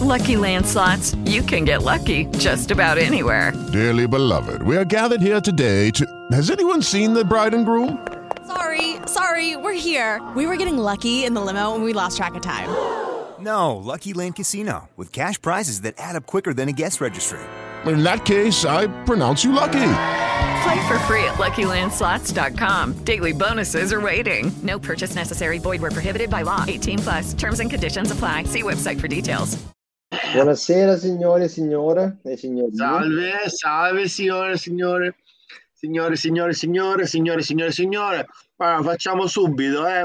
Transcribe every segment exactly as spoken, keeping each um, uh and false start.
Lucky Land Slots, you can get lucky just about anywhere. Dearly beloved, we are gathered here today to... Has anyone seen the bride and groom? Sorry, sorry, we're here. We were getting lucky in the limo and we lost track of time. No, Lucky Land Casino, with cash prizes that add up quicker than a guest registry. In that case, I pronounce you lucky. Play for free at Lucky Land Slots dot com. Daily bonuses are waiting. No purchase necessary. Void where prohibited by law. eighteen plus. Terms and conditions apply. See website for details. Buonasera signore e signore e signorine. Salve, salve signore, signore, signore, signore, signore, signore, signore, signore. Allora, facciamo subito, eh.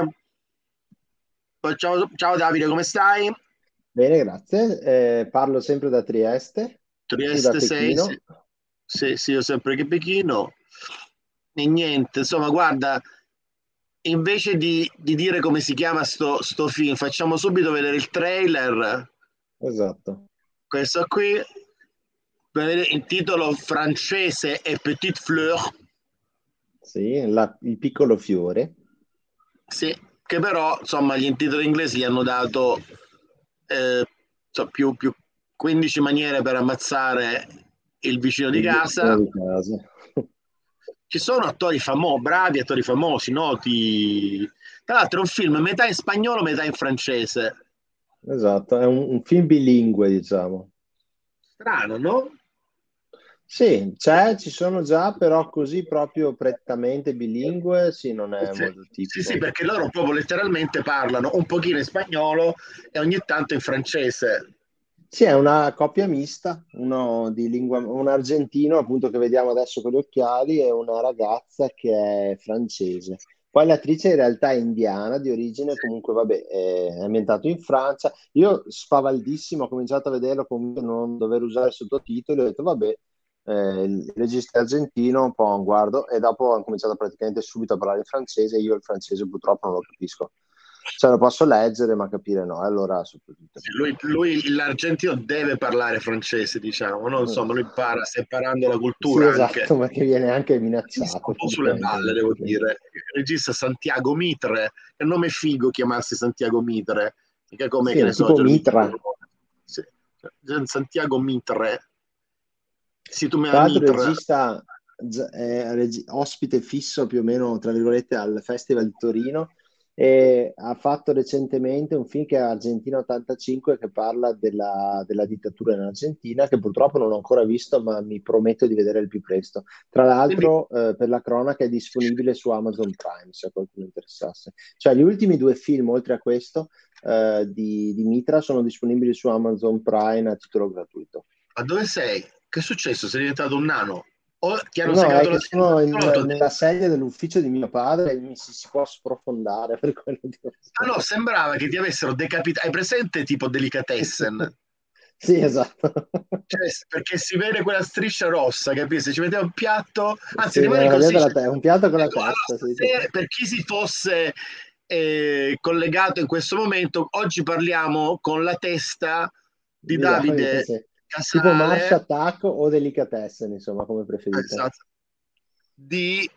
Facciamo... Ciao Davide, come stai? Bene, grazie. Eh, parlo sempre da Trieste. Trieste sei? Sì. Sì, sì, io sempre che Pechino. E niente, insomma, guarda, invece di, di dire come si chiama sto, sto film, facciamo subito vedere il trailer. Esatto. Questo qui, il titolo francese è Petite Fleur. Sì, la, il piccolo fiore. Sì, che però, insomma, gli intitoli inglesi gli hanno dato eh, so, più, più quindici maniere per ammazzare il vicino di casa. Di casa. Ci sono attori famosi, bravi attori famosi, noti. Tra l'altro è un film metà in spagnolo, metà in francese. Esatto, è un, un film bilingue, diciamo. Strano, no? Sì, c'è, ci sono già, però così proprio prettamente bilingue, sì, non è sì, molto tipico. Sì, sì, perché loro proprio letteralmente parlano un pochino in spagnolo e ogni tanto in francese. Sì, è una coppia mista, uno di lingua, un argentino appunto che vediamo adesso con gli occhiali e una ragazza che è francese. Poi l'attrice in realtà è indiana di origine, comunque vabbè, è ambientato in Francia. Io spavaldissimo ho cominciato a vederlo con non dover usare sottotitoli, ho detto vabbè, eh, il regista è argentino, un po' guardo, e dopo ho cominciato praticamente subito a parlare in francese, io il francese purtroppo non lo capisco. Cioè lo posso leggere ma capire no, allora soprattutto. Lui, lui l'argentino deve parlare francese, diciamo, no? Insomma, lui impara, sta imparando la cultura. Sì, anche. Esatto, ma che viene anche minacciato. Un po' sulle balle, devo dire. Il regista Santiago Mitre, è un nome figo chiamarsi Santiago Mitre, perché come sì, che ne so, tipo Mitra. Sì. Santiago Mitre. Sì, tu me Tra l'altro il Mitre. regista è regi- ospite fisso più o meno, tra virgolette, al Festival di Torino e ha fatto recentemente un film che è Argentina ottantacinque che parla della, della dittatura in Argentina, che purtroppo non ho ancora visto ma mi prometto di vedere il più presto. Tra l'altro Quindi... eh, per la cronaca è disponibile su Amazon Prime se a qualcuno interessasse. Cioè gli ultimi due film oltre a questo eh, di, di Mitra sono disponibili su Amazon Prime a titolo gratuito. Ma dove sei? Che è successo? Sei diventato un nano? O ti hanno no, segato è la che sono in, nella sedia dell'ufficio di mio padre e mi si, si può sprofondare per quello di Ah no, sembrava che ti avessero decapitato. Hai presente tipo Delicatessen? Sì, esatto. Cioè, perché si vede quella striscia rossa, capisci? Se ci metteva un piatto, anzi, sì, rimane così. La te- un piatto con la ecco, testa. allora, Sì, se, sì. Per chi si fosse eh, collegato in questo momento, oggi parliamo con la testa di, di Davide. Davide sì. Casale, tipo Mars Attack o Delicatessen, insomma, come preferite. Esatto. Di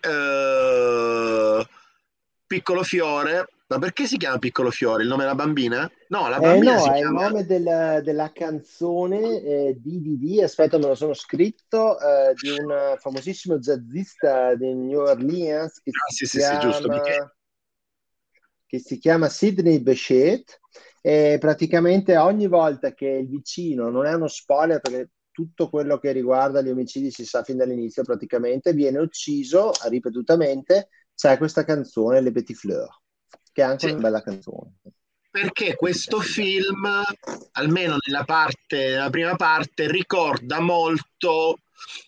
eh, Piccolo Fiore. Ma perché si chiama Piccolo Fiore? Il nome della bambina? No, la bambina eh no, si è chiama... il nome del, della canzone eh, di D D, aspetta me lo sono scritto, eh, di un famosissimo jazzista di New Orleans che, ah, si, sì, chiama, sì, sì, giusto, perché... che si chiama Sidney Bechet. E praticamente ogni volta che il vicino, non è uno spoiler perché tutto quello che riguarda gli omicidi si sa fin dall'inizio praticamente, viene ucciso ripetutamente, c'è questa canzone Le Petit Fleur, che è anche sì. Una bella canzone. Perché questo film, almeno nella parte, nella prima parte, ricorda molto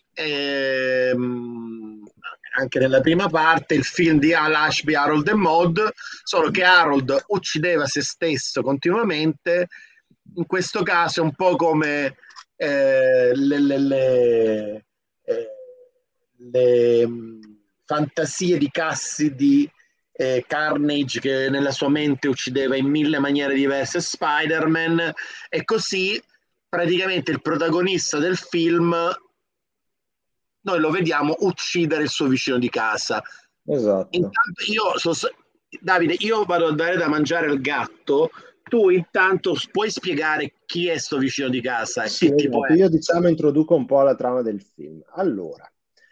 ehm, anche nella prima parte il film di Al Ashby, Harold and Maude, solo che Harold uccideva se stesso continuamente. In questo caso è un po' come eh, le, le, le, eh, le fantasie di Cassidy eh, Carnage, che nella sua mente uccideva in mille maniere diverse Spider-Man, e così praticamente il protagonista del film noi lo vediamo uccidere il suo vicino di casa. Esatto. Intanto io so, Davide, io vado a dare da mangiare al gatto, Tu intanto puoi spiegare chi è sto vicino di casa e Sì, che tipo esatto. è? Io diciamo introduco un po' la trama del film. Allora,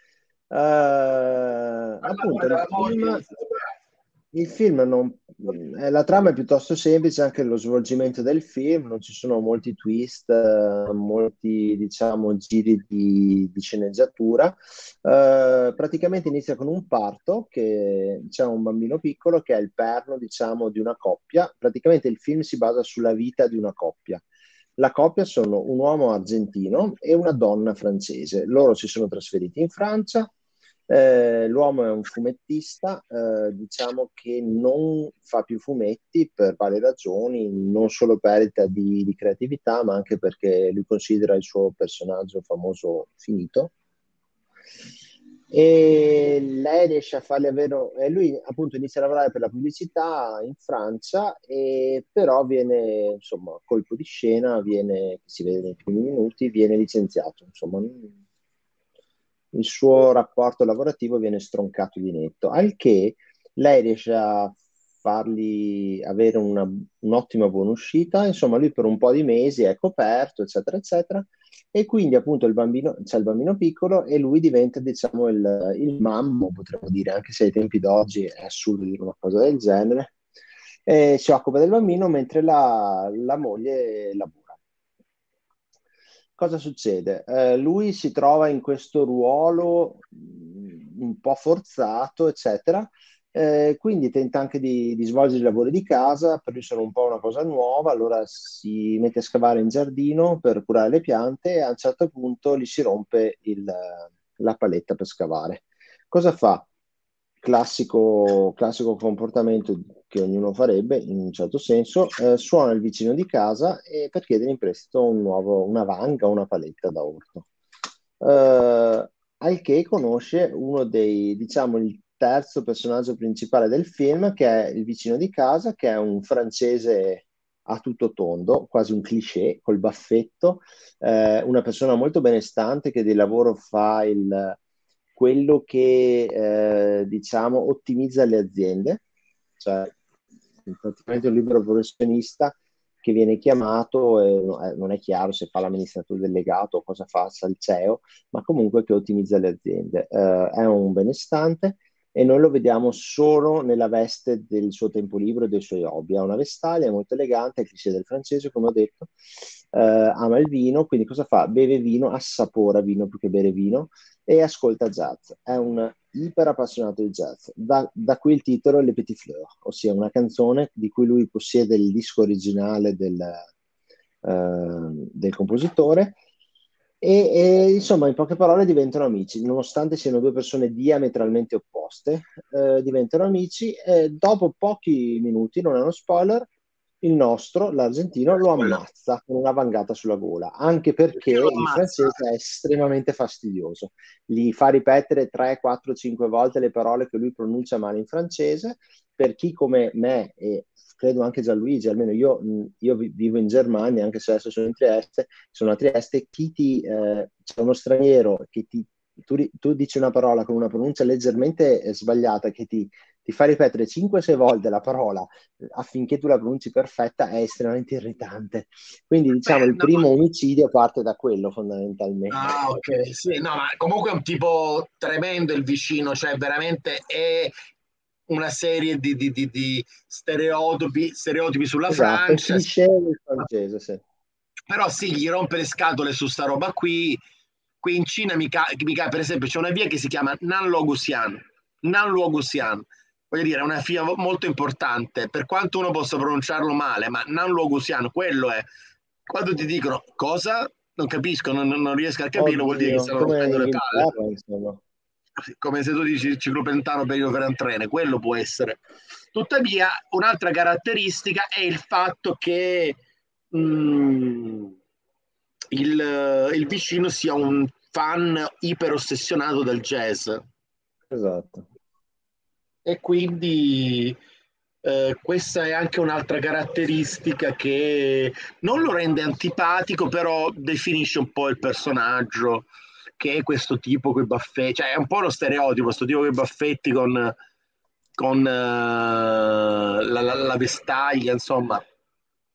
eh, appunto il film, il film non, eh, la trama è piuttosto semplice, anche lo svolgimento del film, non ci sono molti twist, eh, molti diciamo giri di, di sceneggiatura. Eh, praticamente inizia con un parto che c'è un bambino piccolo che è il perno, diciamo, di una coppia. Praticamente il film si basa sulla vita di una coppia. La coppia sono un uomo argentino e una donna francese. Loro si sono trasferiti in Francia. Eh, l'uomo è un fumettista, eh, diciamo che non fa più fumetti per varie ragioni, non solo perdita di, di creatività, ma anche perché lui considera il suo personaggio famoso finito. E lei riesce a farli avere, e lui appunto inizia a lavorare per la pubblicità in Francia, e però viene, insomma, colpo di scena, viene, si vede nei primi minuti, viene licenziato, insomma, il suo rapporto lavorativo viene stroncato di netto, al che lei riesce a fargli avere una, un'ottima buonuscita, insomma lui per un po' di mesi è coperto, eccetera, eccetera, e quindi appunto il bambino, c'è il bambino piccolo e lui diventa, diciamo, il, il mammo, potremmo dire, anche se ai tempi d'oggi è assurdo dire una cosa del genere, e si occupa del bambino mentre la, la moglie lavora. Cosa succede? Eh, lui si trova in questo ruolo mh, un po' forzato, eccetera. Eh, quindi tenta anche di, di svolgere i lavori di casa, per lui sono un po' una cosa nuova, allora si mette a scavare in giardino per curare le piante e a un certo punto gli si rompe il- la paletta per scavare. Cosa fa? Classico, classico comportamento che ognuno farebbe in un certo senso, eh, suona il vicino di casa e per chiedere in prestito un nuovo, una vanga o una paletta da orto. Eh, al che conosce uno dei, diciamo, il terzo personaggio principale del film, che è il vicino di casa, che è un francese a tutto tondo, quasi un cliché, col baffetto, eh, una persona molto benestante che di lavoro fa il, quello che eh, diciamo ottimizza le aziende, cioè praticamente un libero professionista che viene chiamato e eh, non è chiaro se fa l'amministratore delegato o cosa faccia il C E O, ma comunque che ottimizza le aziende. Eh, è un benestante e noi lo vediamo solo nella veste del suo tempo libero e dei suoi hobby. Ha una vestaglia, è molto elegante, è il cliché del francese, come ho detto, eh, ama il vino, quindi cosa fa? Beve vino, assapora vino più che bere vino e ascolta jazz. È un iper appassionato di jazz. Da, da qui il titolo Le Petit Fleurs, ossia una canzone di cui lui possiede il disco originale del, eh, del compositore. E, e, insomma, in poche parole diventano amici, nonostante siano due persone diametralmente opposte, eh, diventano amici e dopo pochi minuti, non è uno spoiler, il nostro, l'argentino, lo ammazza con una vangata sulla gola, anche perché Perché lo il ammazza? francese è estremamente fastidioso. Gli fa ripetere tre, quattro, cinque volte le parole che lui pronuncia male in francese. Per chi come me e credo anche Gianluigi, almeno io, io vivo in Germania, anche se adesso sono in Trieste, sono a Trieste, chi ti, eh, c'è uno straniero che ti, tu, tu dici una parola con una pronuncia leggermente eh, sbagliata che ti, ti fa ripetere cinque sei volte la parola affinché tu la pronunci perfetta è estremamente irritante. Quindi diciamo Beh, il no, primo omicidio parte da quello fondamentalmente. ah, ok, sì, no, ma comunque è un tipo tremendo il vicino, cioè veramente è una serie di, di- di- di stereotipi, stereotipi sulla Esatto, il Francia, cliché del francese, sì. però sì, gli rompe le scatole su sta roba qui. Qui in Cina, mi ca- mi ca- per esempio, c'è una via che si chiama Nanluogusian. Nanluogusian, voglio dire, è una via molto importante, per quanto uno possa pronunciarlo male, ma Nanluogusian, quello è. Quando ti dicono cosa, non capisco, non, non riesco a capirlo, vuol dire che Oddio, stanno come in rompendo le palle. Inghilterra, insomma. Come se tu dici ciclopentano per Ferrantrene, quello può essere. Tuttavia, un'altra caratteristica è il fatto che mh, il, il vicino sia un fan iper ossessionato del jazz Esatto. e quindi eh, questa è anche un'altra caratteristica che non lo rende antipatico, però definisce un po' il personaggio, che è questo tipo con i baffetti, cioè è un po' lo stereotipo, questo tipo con i baffetti con, con eh, la, la, la vestaglia, insomma.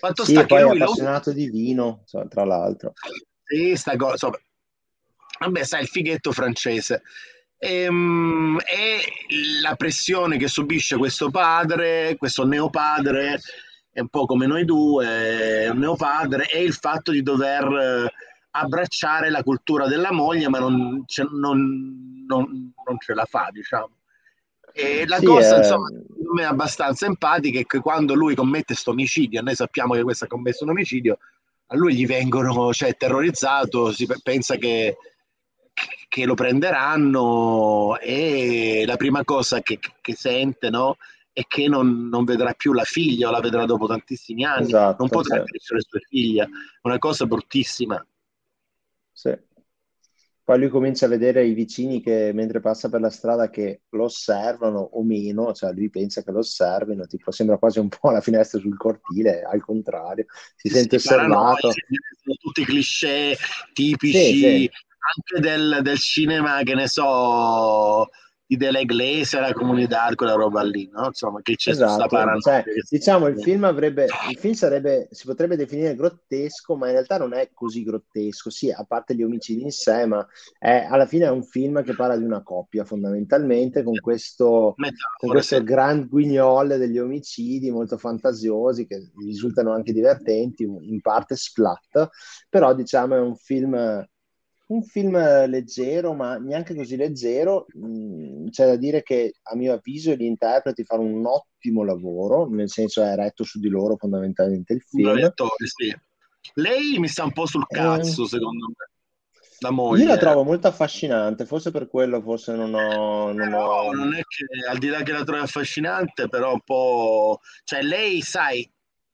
Fatto Sì, sta e che poi è lui lo appassionato di vino, so, tra l'altro. sì, sta cosa, insomma, vabbè, sai, il fighetto francese. Ehm, E, la pressione che subisce questo padre, questo neopadre, è un po' come noi due, è un neopadre, e il fatto di dover eh, abbracciare la cultura della moglie, ma non, ce- non- non- non ce la fa, diciamo. E la Sì, cosa, eh, insomma, secondo me abbastanza empatica è che quando lui commette questo omicidio, e noi sappiamo che questo ha commesso un omicidio, a lui gli vengono, cioè, terrorizzato, si pe- pensa che, che lo prenderanno, e la prima cosa che, che sente, no, è che non, non vedrà più la figlia, o la vedrà dopo tantissimi anni, non esatto, potrà sì, crescere sua figlia, una cosa bruttissima. sì. Poi lui comincia a vedere i vicini che mentre passa per la strada che lo osservano o meno, cioè lui pensa che lo osservino, tipo sembra quasi un po' la finestra sul cortile, al contrario, si Sì, sente sì, paranoia, osservato. sono tutti cliché Sì, tipici sì, anche del, del cinema, che ne so, di Della Iglesia, la comunità, quella roba lì, no? Insomma, che c'è su sta esatto. paranoia. Cioè, che si- diciamo, il film avrebbe, il film sarebbe, si potrebbe definire grottesco, ma in realtà non è così grottesco. Sì, a parte gli omicidi in sé, ma è, alla fine è un film che parla di una coppia, fondamentalmente, con questo, con Metafore, sì. questo grand guignol degli omicidi molto fantasiosi, che risultano anche divertenti, in parte splat, però diciamo è un film un film leggero, ma neanche così leggero. Mm, c'è da dire che a mio avviso gli interpreti fanno un ottimo lavoro, nel senso è retto su di loro fondamentalmente il Bravi film. attori, sì. Lei mi sta un po' sul Eh, cazzo, secondo me, la io la moglie. trovo molto affascinante, forse per quello forse non ho, non Però ho... non è che, al di là che la trovi affascinante, però un po'... Cioè, lei, sai,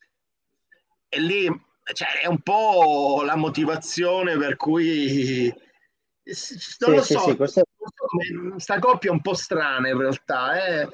è lì, cioè, è un po' la motivazione per cui... Non Sì, lo sì, so, sì, questo è... non so come- sta coppia è un po' strana in realtà, eh,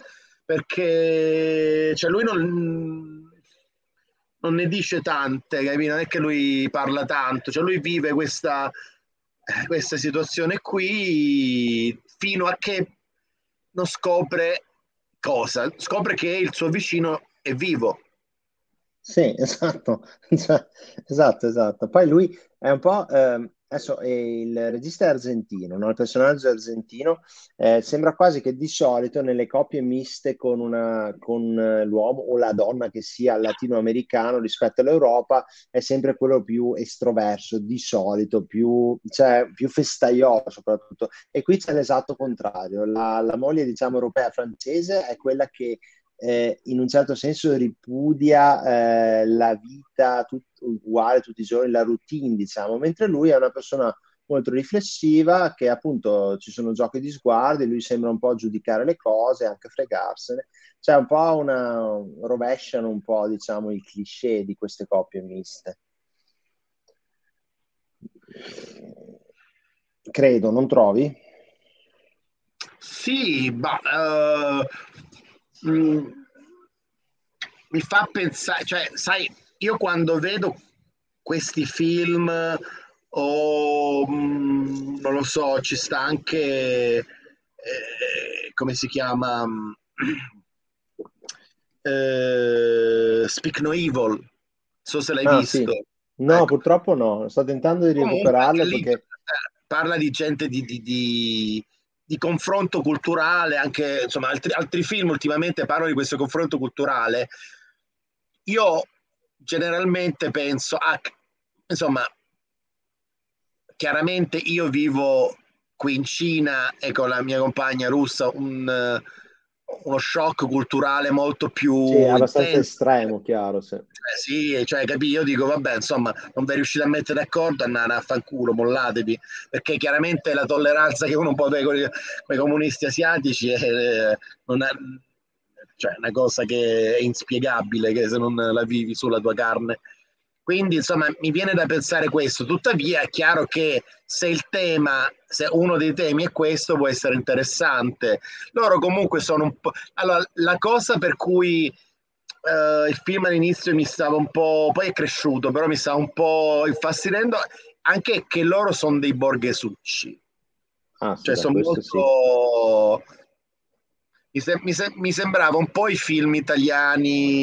perché cioè, lui non, non ne dice tante, capito? Non è che lui parla tanto, cioè lui vive questa, eh, questa situazione qui fino a che non scopre cosa, scopre che il suo vicino è vivo. Sì, esatto, cioè, esatto, esatto. Poi lui è un po', ehm, adesso eh, il regista è argentino, no? Il personaggio è argentino, eh, sembra quasi che di solito nelle coppie miste con, una, con eh, l'uomo o la donna che sia latinoamericano rispetto all'Europa è sempre quello più estroverso, di solito, più, cioè, più festaiolo soprattutto. E qui c'è l'esatto contrario, la, la moglie, diciamo, europea francese è quella che eh, in un certo senso ripudia eh, la vita tut- uguale tutti i giorni, la routine, diciamo, mentre lui è una persona molto riflessiva, che appunto ci sono giochi di sguardi, lui sembra un po' giudicare le cose, anche fregarsene. C'è un po' una, rovesciano un po', diciamo, i cliché di queste coppie miste. Credo, non trovi? Sì, ma eh, mm, mi fa pensare, cioè, sai, io quando vedo questi film o mm, non lo so, ci sta anche, eh, come si chiama? Mm, eh, Speak No Evil, non so se l'hai Ah, visto. sì. No, Ecco. purtroppo no. Sto tentando di Comunque anche recuperarlo lì perché eh, parla di gente di, di- di- di confronto culturale, anche insomma altri, altri film ultimamente parlano di questo confronto culturale. Io generalmente penso, ah, insomma, chiaramente io vivo qui in Cina e con la mia compagna russa un, eh, uno shock culturale molto sì, è più abbastanza intenso. estremo, chiaro, sì. Eh sì, cioè, capì? Io dico, vabbè, insomma, non vi riuscite a mettere d'accordo, andate a fanculo, mollatevi, perché chiaramente la tolleranza che uno può avere con i, con i comunisti asiatici è, eh, non è, cioè, è una cosa che è inspiegabile, che se non la vivi sulla tua carne. Quindi, insomma, mi viene da pensare questo. Tuttavia, è chiaro che se il tema, se uno dei temi è questo, può essere interessante. Loro comunque sono un po'... Allora, la cosa per cui eh, il film all'inizio mi stava un po'... Poi è cresciuto, però mi stava un po' infastidendo anche che loro sono dei borghesucci. Ah, sì, Cioè, beh, sono questo sì. molto... Mi, sem- mi sem- mi sembrava un po' i film italiani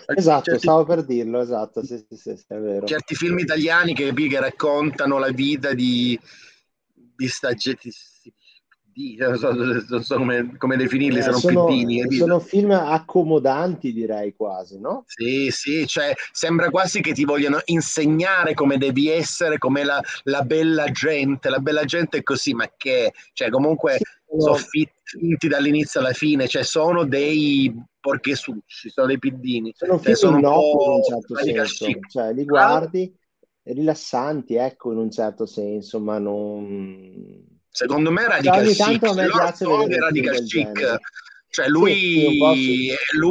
Esatto, certi, stavo per dirlo, esatto, sì, sì, sì, sì, è vero. certi film italiani che, che raccontano la vita di, di sta gente, di- non so, non so come, come definirli, se Eh, non sono, piddini, capito? sono film accomodanti, direi quasi, no? Sì, sì, cioè sembra quasi che ti vogliono insegnare come devi essere, come la, la bella gente. La bella gente è così, ma che, cioè, comunque Sì, sono sono, fi- finti dall'inizio alla fine, cioè sono dei porchesucci, sono dei piddini, sono cioè film sono un innocui in un po' certo radical chic. senso, cioè li Ah, guardi, rilassanti, ecco, in un certo senso, ma non... secondo me Cioè, radical ogni chic, tanto a cioè me loro piace sono vedere dei un film radical del chic, genere. cioè Sì, sì, un po' sì. lui,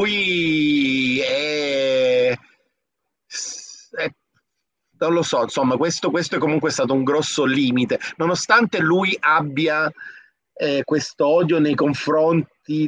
lui è, è- non lo so, insomma, questo, questo è comunque stato un grosso limite, nonostante lui abbia eh, questo odio nei confronti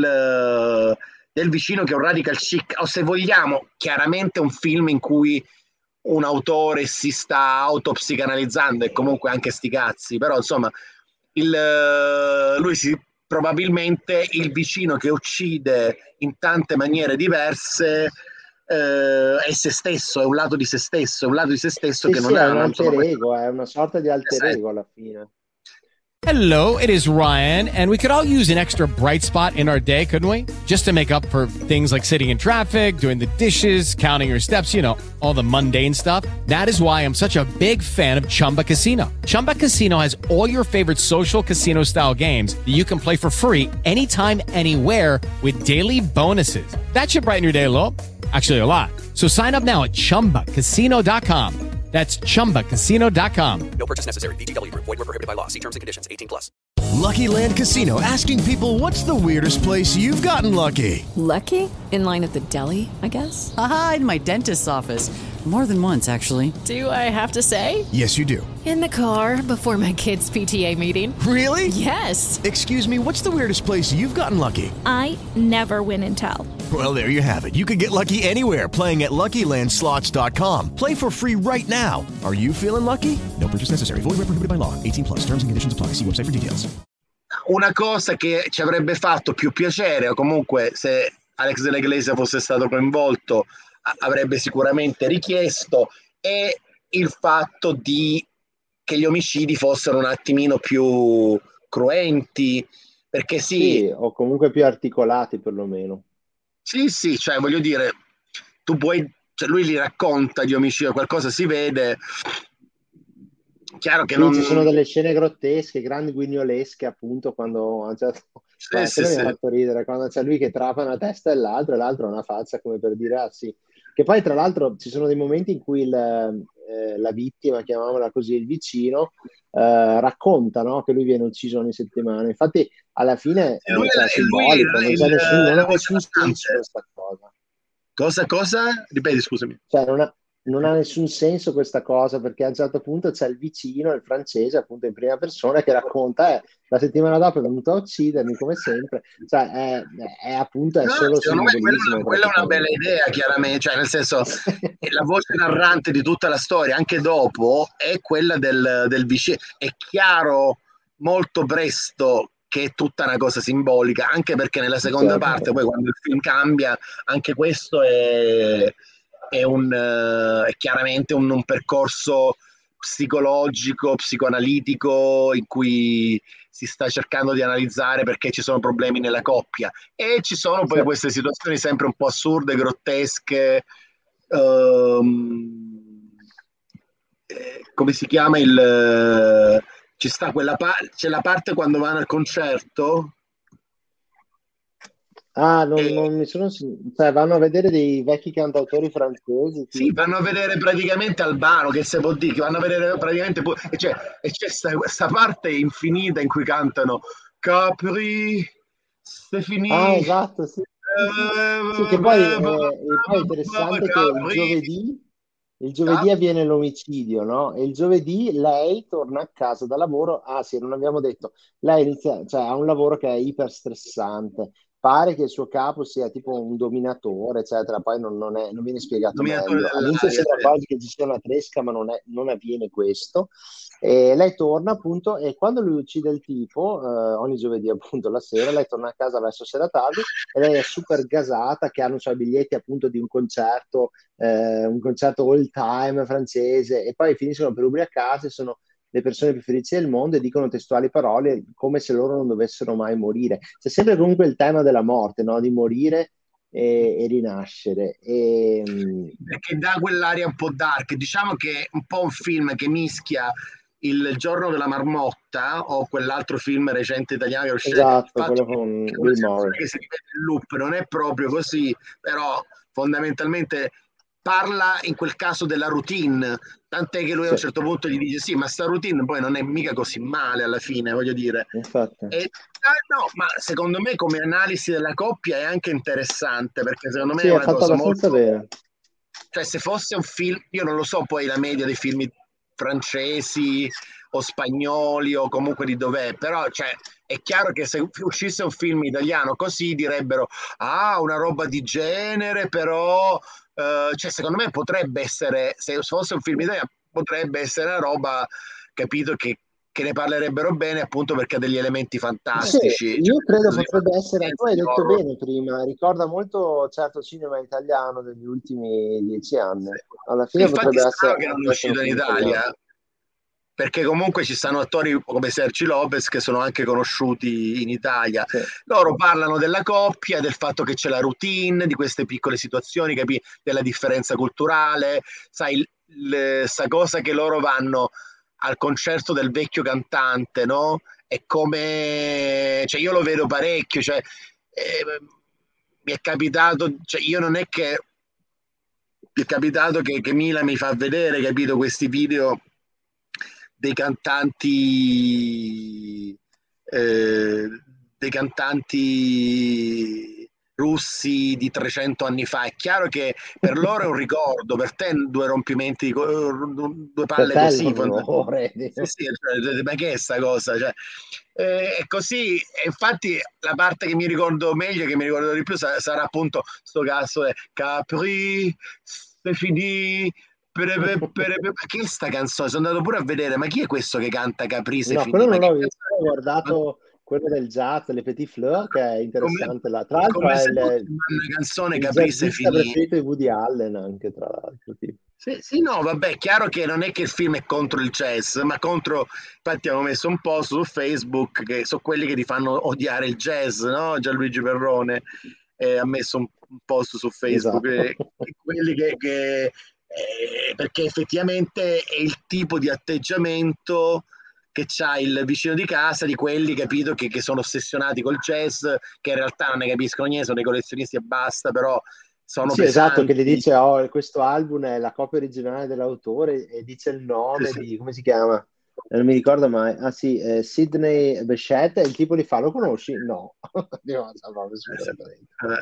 del, del vicino che è un radical chic, o se vogliamo, chiaramente un film in cui un autore si sta autopsicanalizzando e comunque anche sti cazzi, però insomma il, eh, lui si, probabilmente il vicino che uccide in tante maniere diverse eh, è se stesso, è un lato di se stesso, è un lato di se stesso Sì, che sì, non è ha, un non, insomma, alter questo ego, è una sorta di alter esatto. ego alla fine. Hello, it is Ryan, and we could all use an extra bright spot in our day, couldn't we? Just to make up for things like sitting in traffic, doing the dishes, counting your steps, you know, all the mundane stuff. That is why I'm such a big fan of Chumba Casino. Chumba Casino has all your favorite social casino style games that you can play for free anytime, anywhere with daily bonuses. That should brighten your day a little. Actually, a lot. So sign up now at chumba casino dot com. That's chumba casino dot com. No purchase necessary. V G W Group. Void where prohibited by law. See terms and conditions. eighteen plus. Lucky Land Casino, asking people, what's the weirdest place you've gotten lucky? Lucky? In line at the deli, I guess? Aha, in my dentist's office. More than once, actually. Do I have to say? Yes, you do. In the car before my kids' P T A meeting. Really? Yes. Excuse me, what's the weirdest place you've gotten lucky? I never win and tell. Well, there you have it. You can get lucky anywhere, playing at Lucky Land Slots dot com. Play for free right now. Are you feeling lucky? No purchase necessary. Void where prohibited by law. eighteen plus. Terms and conditions apply. See website for details. Una cosa che ci avrebbe fatto più piacere, o comunque se Alex Della Iglesia fosse stato coinvolto avrebbe sicuramente richiesto, è il fatto di che gli omicidi fossero un attimino più cruenti, perché sì, Sì, o comunque più articolati perlomeno. sì, sì, cioè voglio dire, tu puoi, cioè lui li racconta gli omicidi, qualcosa si vede, chiaro che Sì, non... ci sono delle scene grottesche, grandi guignolesche, appunto, quando a un certo... Sì, Eh, sì, quello mi sì. ha fatto ridere, quando c'è lui che trapana la testa dell'altro e l'altro ha una faccia come per dire, ah sì. Che poi, tra l'altro, ci sono dei momenti in cui il, eh, la vittima, chiamiamola così, il vicino, eh, racconta, no, che lui viene ucciso ogni settimana. Infatti, alla fine, E lui, eh, cioè, è è- lui è simbolico, non il, c'è nessun, non la ha voce nessun senso narrante. questa cosa. Cosa, cosa? Ripeti, scusami. Cioè, non ha, non ha nessun senso questa cosa perché a un certo punto c'è il vicino, il francese, appunto in prima persona, che racconta, eh, la settimana dopo è venuto a uccidermi come sempre. Cioè, è, è appunto è No, solo secondo me quella è simbolismo una, quella è una bella praticamente. idea, chiaramente, cioè nel senso eh, la voce narrante di tutta la storia, anche dopo, è quella del, del vicino. È chiaro molto presto che è tutta una cosa simbolica, anche perché nella seconda Certo. parte, poi quando il film cambia, anche questo è, è, un, eh, è chiaramente un, un percorso psicologico, psicoanalitico, in cui si sta cercando di analizzare perché ci sono problemi nella coppia e ci sono poi Sì. queste situazioni sempre un po' assurde, grottesche, ehm, eh, come si chiama il eh, ci sta quella pa- c'è la parte quando vanno al concerto Ah, non, e non mi sono... Cioè, vanno a vedere dei vecchi cantautori francesi, sì, tipo. vanno a vedere praticamente Albano, che se può dire, che vanno a vedere praticamente, pu- e c'è, e c'è sta, sta parte infinita in cui cantano Capri, c'est fini, Ah, esatto, sì. Sì, che poi, eh, e poi è interessante che il Capri, giovedì, il giovedì Cap- avviene l'omicidio, no? E il giovedì lei torna a casa da lavoro. Ah, sì, non abbiamo detto. Lei inizia, cioè, ha un lavoro che è iper stressante pare che il suo capo sia tipo un dominatore, eccetera, poi non, non è- non viene spiegato Dominatore meglio. All'inizio dell'aria, sembra sì. quasi che ci sia una tresca, ma non, è- non avviene questo. E lei torna appunto, e quando lui uccide il tipo, eh, ogni giovedì appunto la sera, lei torna a casa verso sera tardi e lei è super gasata, che hanno i suoi biglietti appunto di un concerto, eh, un concerto all time francese, e poi finiscono per ubriacarsi, sono le persone più felici del mondo e dicono testuali parole come se loro non dovessero mai morire. C'è sempre comunque il tema della morte, no? Di morire e, e rinascere. E, mh, Perché dà quell'aria un po' dark. Diciamo che è un po' un film che mischia Il giorno della marmotta o quell'altro film recente italiano che è uscito, il esatto, fatto quello che con è una Bill situazione Murray. che si ripete in loop, non è proprio così, però fondamentalmente parla in quel caso della routine, tant'è che lui a un Sì, certo punto gli dice sì, ma sta routine poi non è mica così male alla fine, voglio dire. infatti. E, ah, no, ma secondo me come analisi della coppia è anche interessante, perché secondo me Sì, è è una fatto cosa abbastanza molto, bene. cioè se fosse un film, io non lo so poi la media dei film francesi o spagnoli o comunque di dov'è, però cioè, è chiaro che se uscisse un film italiano così direbbero ah, una roba di genere, però eh, cioè, secondo me potrebbe essere, se fosse un film italiano, potrebbe essere una roba, capito, che, che ne parlerebbero bene appunto perché ha degli elementi Sì, fantastici, cioè, io nel credo senso di potrebbe essere, tu fantascienza, hai di detto horror. bene prima, ricorda molto certo cinema italiano degli ultimi dieci anni. Alla Sì, fine infatti è potrebbe strano essere che non è anche essere un uscito in film italiano. Italia, perché comunque ci stanno attori come Sergi Lopez che sono anche conosciuti in Italia. Sì. Loro parlano della coppia, del fatto che c'è la routine, di queste piccole situazioni, capi? Della differenza culturale, sai, l- sta cosa che loro vanno al concerto del vecchio cantante, no? È come, cioè io lo vedo parecchio, cioè, eh, mi è capitato, cioè io non è che mi è capitato che, che Mila mi fa vedere, capito, questi video dei cantanti eh, dei cantanti russi di trecento anni fa. È chiaro che per loro è un ricordo, per te due rompimenti, di co- due Per palle te è così. l'orrore. Sì, sì, cioè, ma che è sta cosa? Cioè, eh, è così, e infatti la parte che mi ricordo meglio, che mi ricordo di più, sa- sarà appunto sto cazzo è Capri, c'est fini, pere- pe- pere- pe- ma che è sta canzone? Sono andato pure a vedere, ma chi è questo che canta Capri, c'est No, quello fini? Ma non che l'ho cazzo visto, ho è? guardato quello del jazz, Le Petit Fleurs, che è Come, interessante là. Tra l'altro come è se fosse il, una canzone il Capri, c'est jazzista fini. preferito di Woody Allen anche, tra l'altro. Tipo. Sì, sì, no, vabbè, è chiaro che non è che il film è contro il jazz, ma contro, infatti avevo messo un post su Facebook che sono quelli che ti fanno odiare il jazz, no? Gianluigi Perrone eh, ha messo un, un post su Facebook, Esatto. eh, che quelli che, che, eh, perché effettivamente è il tipo di atteggiamento che c'ha il vicino di casa, di quelli, capito, che, che sono ossessionati col jazz, che in realtà non ne capiscono niente, sono dei collezionisti e basta, però sono Sì, esatto, che gli pesanti. dice, oh, questo album è la copia originale dell'autore e dice il Sì, nome sì. di, come si chiama? Eh, Non mi ricordo mai. Ah sì, eh, Sidney Bechet, e il tipo gli fa, lo conosci? No. Dico, "Ma sa, proprio sfiguratoriamente." Eh,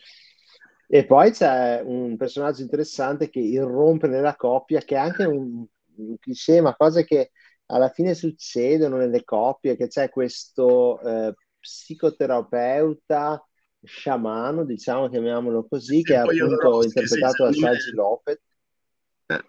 E poi c'è un personaggio interessante che irrompe nella coppia, che è anche un, un cliché, ma cose che alla fine succedono nelle coppie, che c'è questo eh, psicoterapeuta sciamano, diciamo, chiamiamolo così, che sì, è poi appunto Jodorowsky, sì, interpretato da secondo me. Sergi Lopez. eh,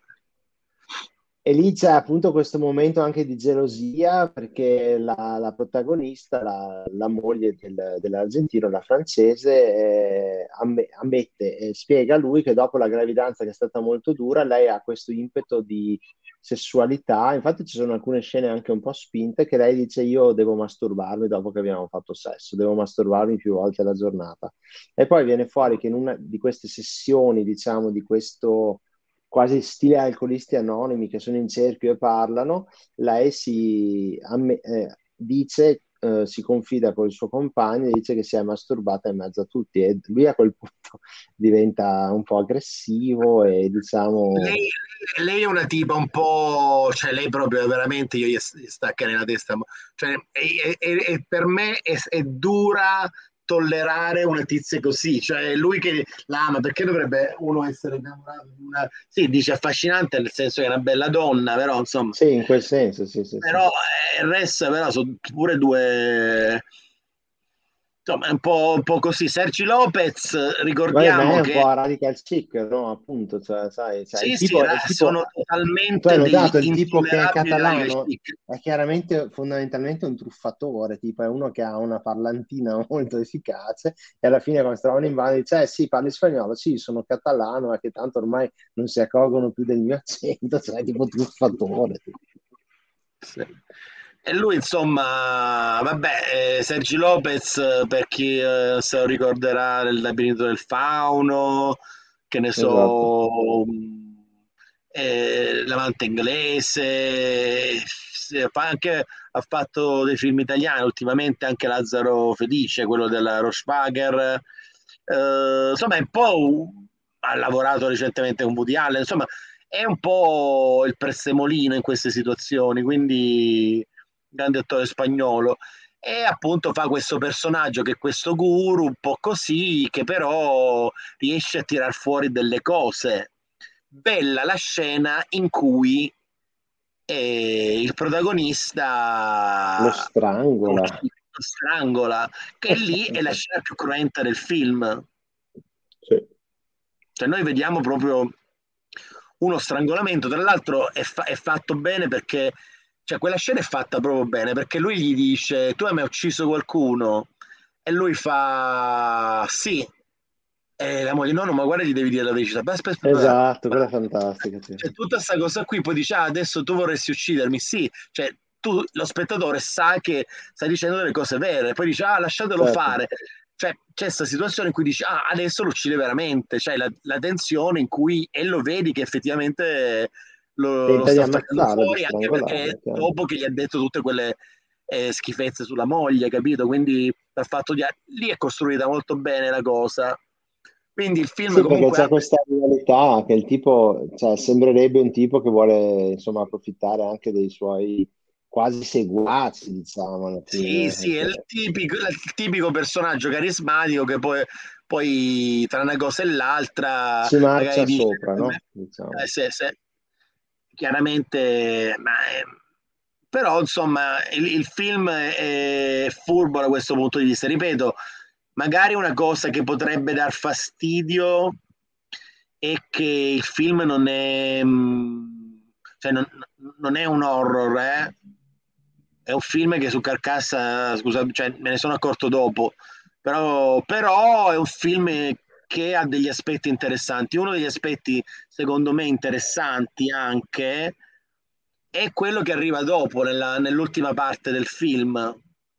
E lì c'è appunto questo momento anche di gelosia perché la, la protagonista, la, la moglie del- dell'argentino, la francese, eh, amme- ammette e spiega a lui che dopo la gravidanza che è stata molto dura, lei ha questo impeto di sessualità. Infatti ci sono alcune scene anche un po' spinte che lei dice io devo masturbarmi dopo che abbiamo fatto sesso, devo masturbarmi più volte alla giornata. E poi viene fuori che in una di queste sessioni, diciamo, di questo quasi stile alcolisti anonimi che sono in cerchio e parlano, lei si amme- eh, dice, eh, si confida con il suo compagno e dice che si è masturbata in mezzo a tutti e lui a quel punto diventa un po' aggressivo e diciamo lei, lei è una tipa un po', cioè lei proprio veramente io gli gli stacca nella testa, cioè, e, e- e per me è, è dura tollerare una tizia così, cioè lui che l'ama, perché dovrebbe uno essere innamorato di una, sì, dice affascinante nel senso che è una bella donna, però insomma, sì, in quel senso, sì, sì, sì. però eh, il resto però sono pure due Insomma, è un po', un po' così. Sergi Lopez, Poi a me ricordiamo è un che po' a radical chic, no? Appunto, cioè, sai, cioè, il sì, sì, tipo, ra- il tipo, sono tu hai totalmente degli notato, il tipo che è intollerabili radical catalano chic. è chiaramente, fondamentalmente un truffatore, tipo è uno che ha una parlantina molto efficace e alla fine quando si trovano in bar dice, eh sì, parli spagnolo, sì, sono catalano, ma che tanto ormai non si accorgono più del mio accento, cioè tipo truffatore. Tipo. Sì. E lui, insomma, vabbè, eh, Sergi Lopez, eh, per chi eh, se lo ricorderà, nel labirinto del fauno, che ne Esatto. so, mh, eh, L'amante inglese, sì, fa anche, ha fatto dei film italiani, ultimamente anche Lazzaro Felice, quello della Roschwager, eh, insomma, è un po', ha lavorato recentemente con Woody Allen, insomma, è un po' il prezzemolino in queste situazioni, quindi grande attore spagnolo. E appunto fa questo personaggio che è questo guru, un po' così, che però riesce a tirar fuori delle cose. Bella la scena in cui eh, il Lo protagonista lo strangola. strangola, che lì è la scena più cruenta del film. Sì. Cioè noi vediamo proprio uno strangolamento, tra l'altro è, fa- è fatto bene perché, cioè quella scena è fatta proprio bene perché lui gli dice tu hai mai ucciso qualcuno? E lui fa sì. E la moglie no, no, ma guarda gli devi dire la verità. Aspetta, aspetta, aspetta. Esatto, quella è fantastica, sì. C'è tutta questa cosa qui, poi dice ah, adesso tu vorresti uccidermi, sì, cioè tu, lo spettatore sa che stai dicendo delle cose vere, poi dice ah, lasciatelo Certo. fare, cioè c'è questa situazione in cui dici ah, adesso lo uccide veramente, cioè la, la tensione in cui e lo vedi che effettivamente lo, lo Tenta di sta facendo ammazzarlo, di fuori, anche perché strangolarlo, chiaro. dopo che gli ha detto tutte quelle eh, schifezze sulla moglie, capito? Quindi dal fatto di lì è costruita molto bene la cosa. Quindi il film Sì, perché comunque ha c'è questa rivalità che il tipo, cioè, sembrerebbe un tipo che vuole, insomma, approfittare anche dei suoi quasi seguaci, diciamo, alla sì, fine. sì, è il Perché tipico, il tipico personaggio carismatico che poi, poi tra una cosa e l'altra si magari marcia dice, sopra, no? eh, Diciamo. se- se- chiaramente, ma è- però insomma il, il film è, è furbo da questo punto di vista. Ripeto, magari una cosa che potrebbe dar fastidio è che il film non è, mh, cioè non, non è un horror, eh? È un film che su Carcassa, scusa, cioè, me ne sono accorto dopo, però, però è un film che ha degli aspetti interessanti. Uno degli aspetti, secondo me, interessanti anche è quello che arriva dopo, nella- nell'ultima parte del film.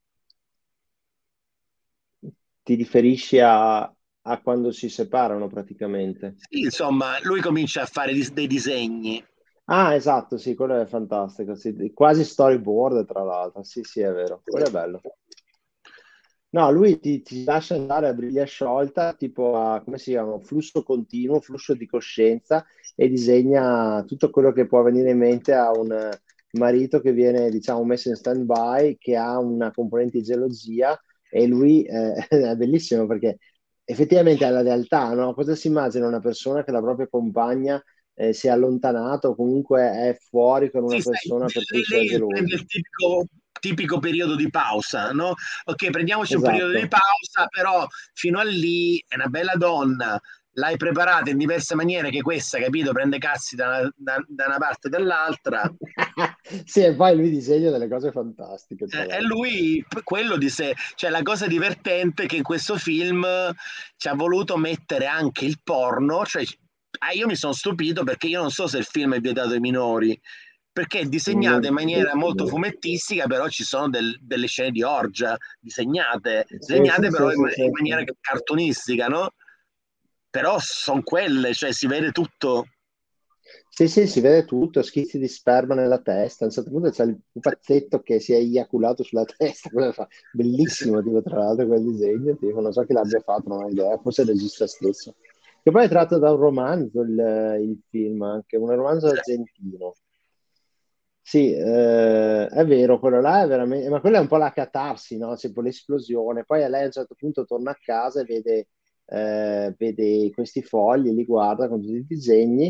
Ti riferisci a, a quando si separano praticamente. Sì, insomma, lui comincia a fare dis- dei disegni. Ah, esatto, sì, quello è fantastico. Sì, quasi storyboard, tra l'altro. Sì, sì, è vero. Quello è bello. No, lui ti, ti lascia andare a briglia sciolta, tipo a, come si chiama, flusso continuo, flusso di coscienza e disegna tutto quello che può venire in mente a un eh, marito che viene, diciamo, messo in stand-by, che ha una componente di gelosia e lui eh, è bellissimo perché effettivamente è la realtà, no? Cosa si immagina una persona che la propria compagna eh, si è allontanata o comunque è fuori con una Sì, sai, persona per cui si è lei, lei prende geloso? il tipico, tipico periodo di pausa, no? Ok, prendiamoci un periodo di Esatto. pausa, però fino a lì è una bella donna, l'hai preparata in diverse maniere che questa, capito, prende cazzi da, da- da una parte e dall'altra. Sì, e poi lui disegna delle cose fantastiche, tra Eh, E l'altro. lui, p- quello di sé, cioè la cosa divertente è che in questo film ci ha voluto mettere anche il porno, cioè ah, io mi sono stupito perché io non so se il film è vietato ai minori, perché è disegnato Non in maniera molto credo. fumettistica, però ci sono del- delle scene di orgia disegnate, Sì, sì, disegnate però sì, in, sì, in sì, maniera sì. cartunistica, no? Però sono quelle, cioè si vede tutto. Sì, sì, si vede tutto, schizzi di sperma nella testa. A un certo punto c'è il pupazzetto che si è eiaculato sulla testa. Cosa fa? Sì, sì, Bellissimo, tipo, tra l'altro, quel disegno. Tipo, non so chi sì. l'abbia fatto, non ho idea. Forse il regista stesso. Che poi è tratto da un romanzo, il, il film, anche un romanzo Sì. argentino. Sì, eh, è vero, quello là è veramente, ma quella è un po' la catarsi, no? C'è un po' l'esplosione. Poi a lei a un certo punto torna a casa e vede, eh, vede questi fogli, li guarda con tutti i disegni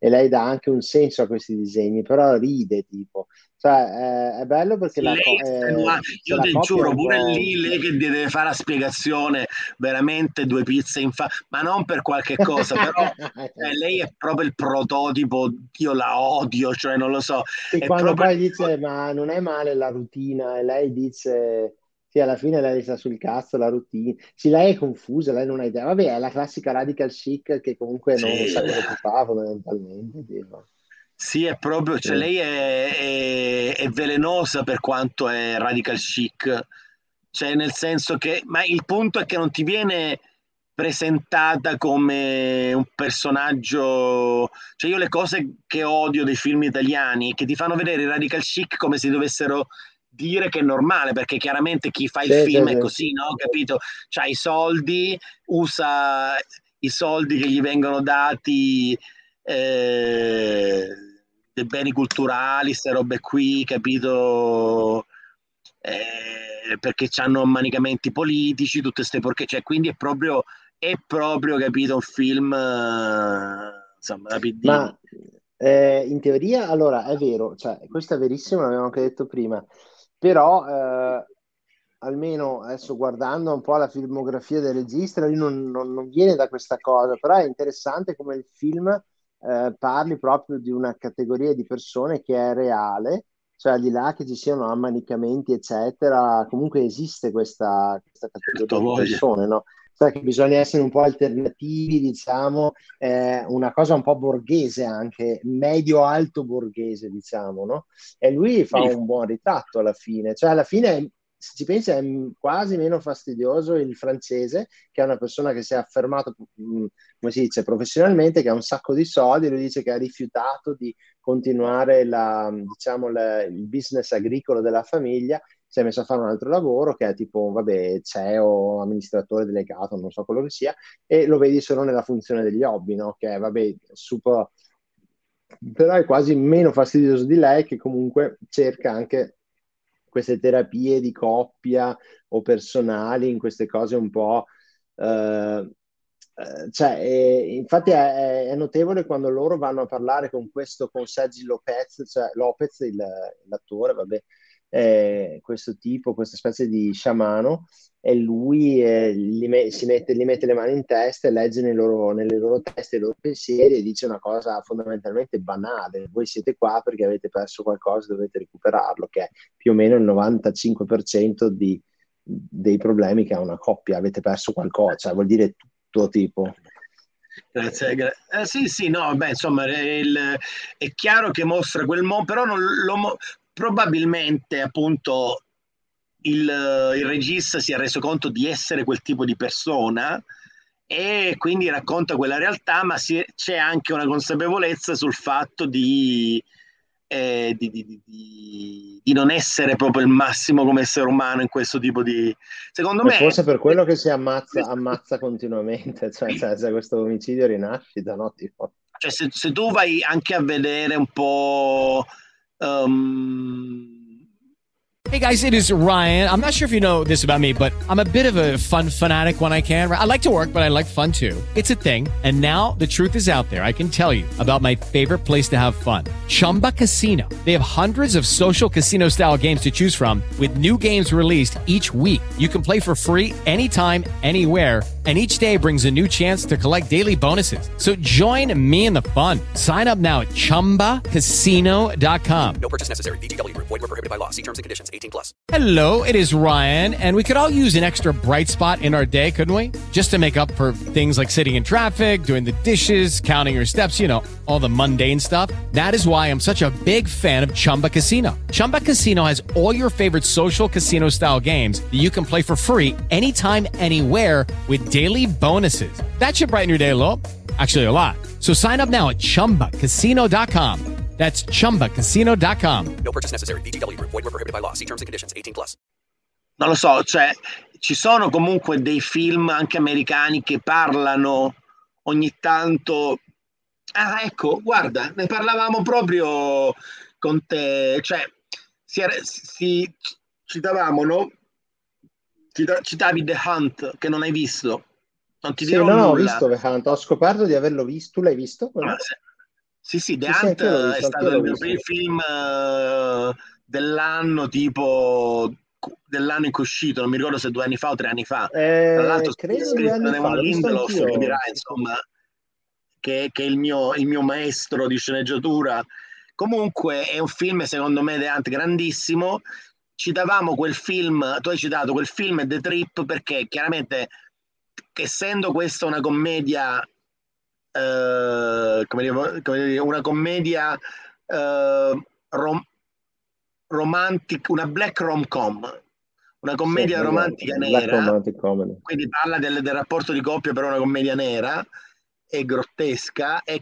e lei dà anche un senso a questi disegni, però ride tipo. Cioè, eh, è bello perché la, lei co- estenuante. eh, se Io la ti coppia è giuro, un pure po'... lì lei che deve fare la spiegazione, veramente due pizze in fa, ma non per qualche cosa, però cioè, lei è proprio il prototipo, io la odio, cioè non lo so, Sì, è quando proprio poi dice ma non è male la routine, e lei dice sì, alla fine lei sta sul cazzo la routine. Sì, lei è confusa, lei non ha idea. Vabbè, è la classica radical chic che comunque non, non sì. sa cosa si fa fondamentalmente. Tipo. Sì, è proprio, cioè Sì. lei è, è- è velenosa per quanto è radical chic, cioè nel senso che, ma il punto è che non ti viene presentata come un personaggio, cioè io le cose che odio dei film italiani è che ti fanno vedere i radical chic come se dovessero dire che è normale, perché chiaramente chi fa il Sì, sì, film è sì. così, no? Capito? C'ha i soldi, usa i soldi che gli vengono dati eh, dei beni culturali, queste robe qui, capito? Eh, perché hanno manicamenti politici, tutte queste porche, cioè, quindi è proprio, è proprio, capito, un film, eh, insomma, da piddini. Ma eh, in teoria, allora, è vero, cioè, questo è verissimo, l'abbiamo anche detto prima, però eh, almeno adesso guardando un po' la filmografia del regista, lui non, non- non viene da questa cosa, però è interessante come il film eh, parli proprio di una categoria di persone che è reale, cioè al di là che ci siano ammanicamenti, eccetera, comunque esiste questa, questa Certo, categoria di voglia. persone, no? Cioè che bisogna essere un po' alternativi, diciamo, eh, una cosa un po' borghese anche, medio-alto borghese, diciamo, no? E lui fa Sì, un buon ritratto alla fine, cioè alla fine, se ci pensi, è m- quasi meno fastidioso il francese, che è una persona che si è affermato, mh, come si dice, professionalmente, che ha un sacco di soldi, e lui dice che ha rifiutato di continuare la, diciamo, la- il business agricolo della famiglia, si è messo a fare un altro lavoro che è tipo, vabbè, C E O, amministratore delegato, non so quello che sia, e lo vedi solo nella funzione degli hobby, no? Che è, vabbè, super, però è quasi meno fastidioso di lei che comunque cerca anche queste terapie di coppia o personali in queste cose un po'... eh, eh, cioè, eh, infatti è, è notevole quando loro vanno a parlare con questo, con Sergi Lopez, cioè Lopez, il- l'attore, vabbè, eh, questo tipo, questa specie di sciamano, e lui eh, gli, me- si mette, gli mette le mani in testa e legge nei loro- nelle loro teste i loro pensieri e dice una cosa fondamentalmente banale: voi siete qua perché avete perso qualcosa, dovete recuperarlo, che è più o meno il novantacinque per cento di- dei problemi che ha una coppia. Avete perso qualcosa, cioè vuol dire tutto, tipo. grazie. gra- eh, sì, sì, no, beh, insomma, è, il- è chiaro che mostra quel mondo, però non lo mo- probabilmente, appunto, il, il regista si è reso conto di essere quel tipo di persona e quindi racconta quella realtà, ma si- c'è anche una consapevolezza sul fatto di, eh, di, di- di- di- di non essere proprio il massimo come essere umano in questo tipo di... Secondo E me, forse per quello che si ammazza, ammazza continuamente, cioè cioè, c'è questo omicidio rinascita, no? Tipo. cioè, se, se tu vai anche a vedere un po'... um, Hey guys, it is Ryan. I'm not sure if you know this about me, but I'm a bit of a fun fanatic when I can. I like to work, but I like fun too. It's a thing. And now the truth is out there. I can tell you about my favorite place to have fun. Chumba Casino. They have hundreds of social casino style games to choose from with new games released each week. You can play for free anytime, anywhere. And each day brings a new chance to collect daily bonuses. So join me in the fun. Sign up now at chumba casino dot com. No purchase necessary. V G W Group. Void were prohibited by law. See terms and conditions. eighteen plus. Hello, it is Ryan, and we could all use an extra bright spot in our day, couldn't we? Just to make up for things like sitting in traffic, doing the dishes, counting your steps, you know, all the mundane stuff. That is why I'm such a big fan of Chumba Casino. Chumba Casino has all your favorite social casino style games that you can play for free anytime, anywhere with daily bonuses. That should brighten your day a little. Actually, a lot. So sign up now at chumba casino dot com. That's chumba casino dot com. No purchase necessary. V G W Group. Void were prohibited by law. See terms and conditions. eighteen plus. non lo so, cioè ci sono comunque dei film anche americani che parlano ogni tanto. Ah, ecco, guarda, ne parlavamo proprio con te, cioè si, era- si citavamo, no? Cita- Citavi The Hunt, che non hai visto, non ti Sì, dirò no, no, ho nulla. visto The Hunt, ho scoperto di averlo visto. Tu l'hai visto? Ma quello? se- Sì, sì, The Sì, sì, Hunt anch'io l'ho eh, è visto, anch'io stato l'ho il mio visto. primo film eh, dell'anno, tipo dell'anno in cui è uscito, non mi ricordo se due anni fa o tre anni fa. Tra l'altro Eh, credo due scritto da anni fa, Damon l'ho visto Lindelof, che anch'io. dirà, Sì, sì. insomma, che, che è il mio, il mio maestro di sceneggiatura. Comunque è un film, secondo me, The Hunt grandissimo. Citavamo quel film, tu hai citato quel film e The Trip perché chiaramente, che essendo questa una commedia, eh, come dire, come dire, una commedia eh, rom- romantic, una black rom-com, una Sì, commedia esatto, romantica Black nera, Romantic Comedy. quindi parla del, del rapporto di coppia, però è una commedia nera e grottesca, e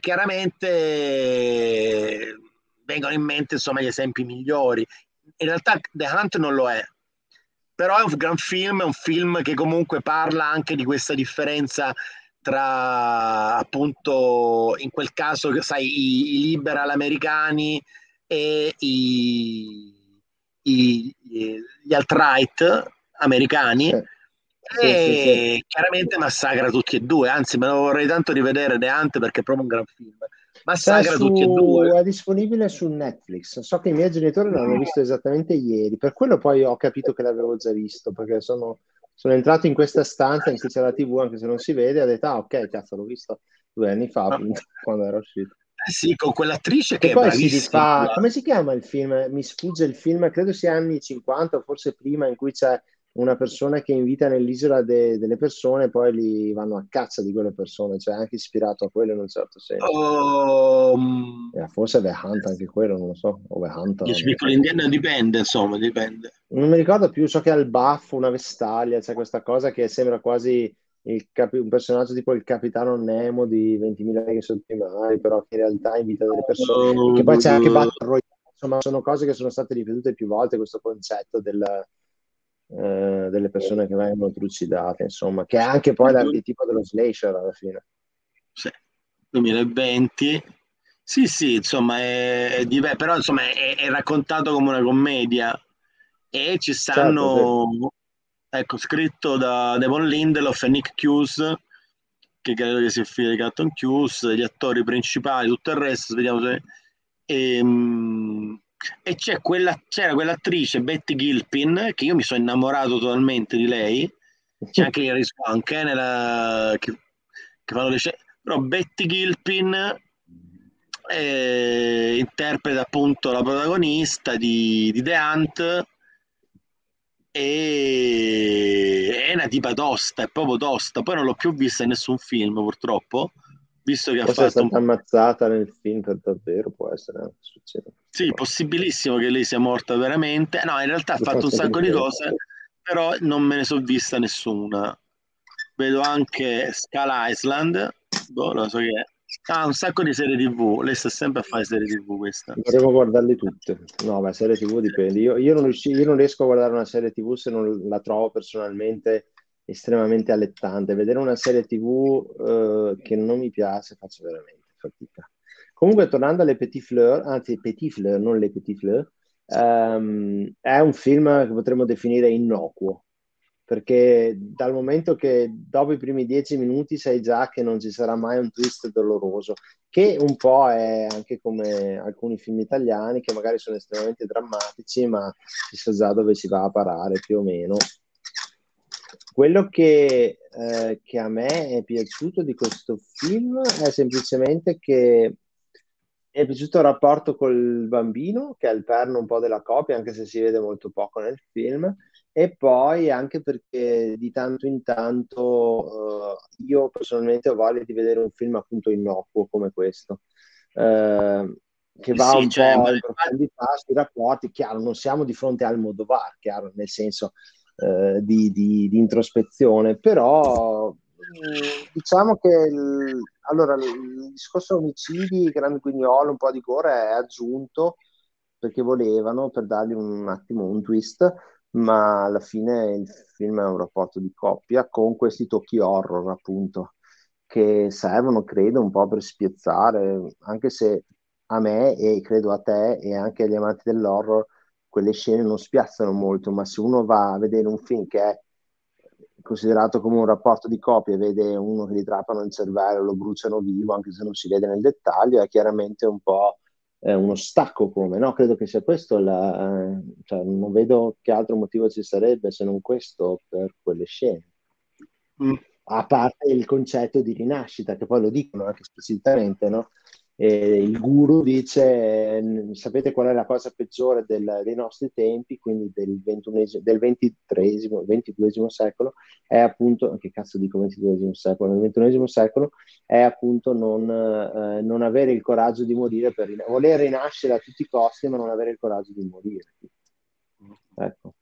chiaramente vengono in mente insomma gli esempi migliori. In realtà The Hunt non lo è, però è un gran film, è un film che comunque parla anche di questa differenza tra, appunto, in quel caso, sai, i, i liberal americani e i, i- gli alt-right americani, Sì, sì, sì, sì. e chiaramente massacra tutti e due, anzi me lo vorrei tanto rivedere The Hunt perché è proprio un gran film, C'è massacra tutti e su, due. è disponibile su Netflix. So che i miei genitori l'hanno visto esattamente ieri, per quello poi ho capito che l'avevo già visto, perché sono, sono entrato in questa stanza in cui c'è la T V, anche se non si vede, e ho detto, ah, ok, cazzo, l'ho visto due anni fa, appunto, quando era uscito. Eh sì, con quell'attrice Che che è poi si bravissima. rifà, come si chiama il film? Mi sfugge il film, credo sia anni cinquanta o forse prima, in cui c'è una persona che invita nell'isola de- delle persone e poi li vanno a caccia di quelle persone, cioè è anche ispirato a quello in un certo senso. Oh, mm, Eh, forse The Hunt anche quello, non lo so, o The Hunter, dieci non lo piccoli so. indiani, dipende, insomma, dipende. Non mi ricordo più, so che ha il baffo, una vestaglia, c'è questa cosa che sembra quasi il capi- un personaggio tipo il capitano Nemo di ventimila leghe sotto i mari, però che in realtà invita delle persone. E che poi c'è anche Uh, Battle Royale, insomma, sono cose che sono state ripetute più volte, questo concetto del, eh, delle persone che vengono trucidate, insomma, che è anche poi l'archetipo dello slasher alla fine. sì, duemilaventi. Sì, sì, insomma, è, è diver- però insomma è, è raccontato come una commedia e ci Certo, sì. stanno, ecco, scritto da Devon Lindelof e Nick Cuse, che credo che sia il figlio di Carlton Cuse, gli attori principali, tutto il resto, vediamo se... E, mm, e c'è quella, c'era quell'attrice Betty Gilpin, che io mi sono innamorato totalmente di lei, c'è anche Hilary Swank eh, nella, che, che fanno le scene, però Betty Gilpin eh, interpreta appunto la protagonista di, di The Hunt, e è una tipa tosta, è proprio tosta. Poi non l'ho più vista in nessun film, purtroppo, visto che ha Forse è fatto un... stata ammazzata nel film per davvero, può essere, eh, succede. Sì, possibilissimo che lei sia morta veramente. No, in realtà ha Io fatto un faccio anche sacco di di quello. cose, però non me ne sono vista nessuna. Vedo anche Skull Island, boh, lo so che è. Ah, un sacco di serie T V. Lei sta sempre a fare serie T V questa. Dovremmo guardarle tutte. No, beh, serie T V dipende. Io, io non riusci- io non riesco a guardare una serie T V se non la trovo personalmente estremamente allettante. Vedere una serie T V eh, che non mi piace faccio veramente fatica. Comunque, tornando alle Petit Fleur, anzi, Petit Fleur, non le Petit Fleur, ehm, è un film che potremmo definire innocuo, perché dal momento che dopo i primi dieci minuti sai già che non ci sarà mai un twist doloroso, che un po' è anche come alcuni film italiani che magari sono estremamente drammatici, ma si sa già dove si va a parare più o meno. Quello che, eh, che a me è piaciuto di questo film è semplicemente che mi è piaciuto il rapporto col bambino, che è il perno un po' della coppia, anche se si vede molto poco nel film, e poi anche perché di tanto in tanto eh, io personalmente ho voglia di vedere un film appunto innocuo come questo, eh, che Sì, va sì, un cioè, po' ma in profondità sui rapporti. Chiaro, non siamo di fronte al Almodovar, chiaro, nel senso eh, di, di- di introspezione, però mh, diciamo che il, allora, il discorso omicidi, grande guignolo, un po' di gore è aggiunto perché volevano per dargli un attimo un twist, ma alla fine il film è un rapporto di coppia con questi tocchi horror, appunto, che servono, credo, un po' per spiazzare, anche se a me e credo a te e anche agli amanti dell'horror quelle scene non spiazzano molto, ma se uno va a vedere un film che è considerato come un rapporto di coppia e vede uno che gli trappano il cervello, lo bruciano vivo, anche se non si vede nel dettaglio, è chiaramente un po' eh, uno stacco come, no? Credo che sia questo, la, eh, cioè, non vedo che altro motivo ci sarebbe se non questo per quelle scene. Mm. A parte il concetto di rinascita, che poi lo dicono anche esplicitamente, no? E il guru dice, eh, sapete qual è la cosa peggiore del- dei nostri tempi, quindi del ventunesimo, del ventitreesimo, ventiduesimo secolo, è appunto, che cazzo dico ventiduesimo secolo, nel ventunesimo secolo, è appunto non, eh, non avere il coraggio di morire, per rin- voler rinascere a tutti i costi, ma non avere il coraggio di morire. Ecco.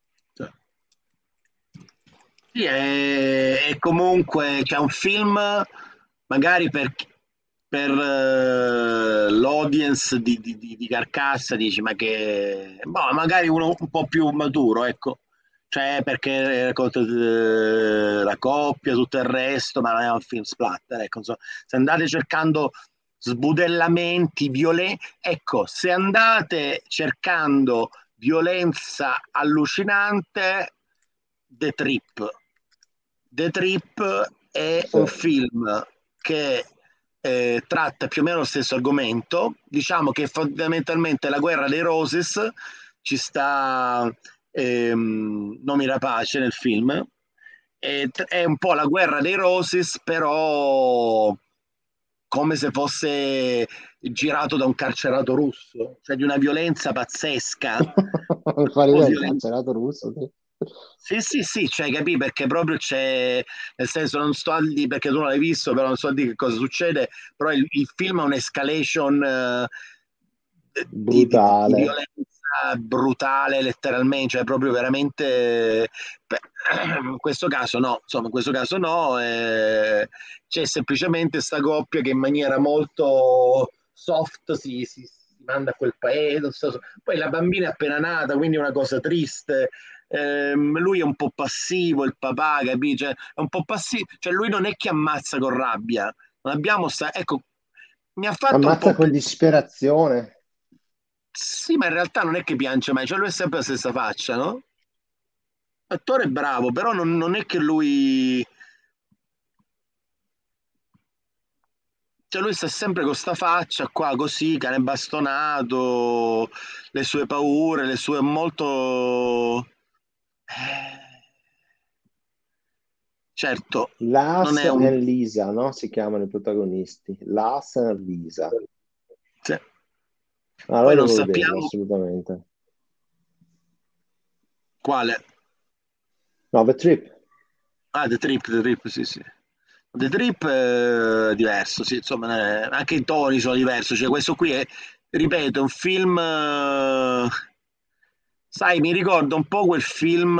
Sì, e, e comunque c'è un film, magari per, per eh, l'audience di, di, di, di Carcassa, dici, ma che... boh, magari uno un po' più maturo, ecco. Cioè, perché racconta eh, la coppia, tutto il resto, ma non è un film splatter, ecco. Insomma, se andate cercando sbudellamenti, violenza, ecco, se andate cercando violenza allucinante, The Trip. The Trip è Sì. un film che eh, tratta più o meno lo stesso argomento, diciamo che fondamentalmente la guerra dei Roses ci sta ehm, Nomi Rapace nel film, è, è un po' la guerra dei Roses, però come se fosse girato da un carcerato russo, cioè di una violenza pazzesca. Fare O il violen- carcerato russo, sì. Sì, sì, sì, cioè, capì? Perché proprio c'è, nel senso, non sto a dire, perché tu non l'hai visto, però non so a dire che cosa succede, però il, il film ha un'escalation eh, di, di- di- di Brutale. violenza brutale, letteralmente, cioè proprio veramente, beh, in questo caso no, insomma, in questo caso no, eh, c'è semplicemente sta coppia che in maniera molto soft si, si- si manda a quel paese, non so- poi la bambina è appena nata, quindi è una cosa triste. Ehm, lui è un po' passivo, il papà, capisci? Cioè, è un po' passivo, cioè lui non è che ammazza con rabbia, non abbiamo sta... ecco, mi ha fatto un Ammazza po' con pe- disperazione. sì, ma in realtà non è che piange mai, cioè lui è sempre la stessa faccia, no? L'attore è bravo, però non, non è che lui, cioè lui sta sempre con sta faccia qua, così, cane bastonato, le sue paure, le sue molto... eh, certo, non Lars è un... e Lisa, no? Si chiamano i protagonisti. Lars e Lisa. sì. Allora Poi non devo vederlo, sappiamo assolutamente. quale. No, The Trip. Ah, The Trip, The Trip, sì, sì. The Trip è diverso, sì, insomma, eh, anche i toni sono diversi. Cioè, questo qui è, ripeto, è un film. eh, sai, mi ricorda un po' quel film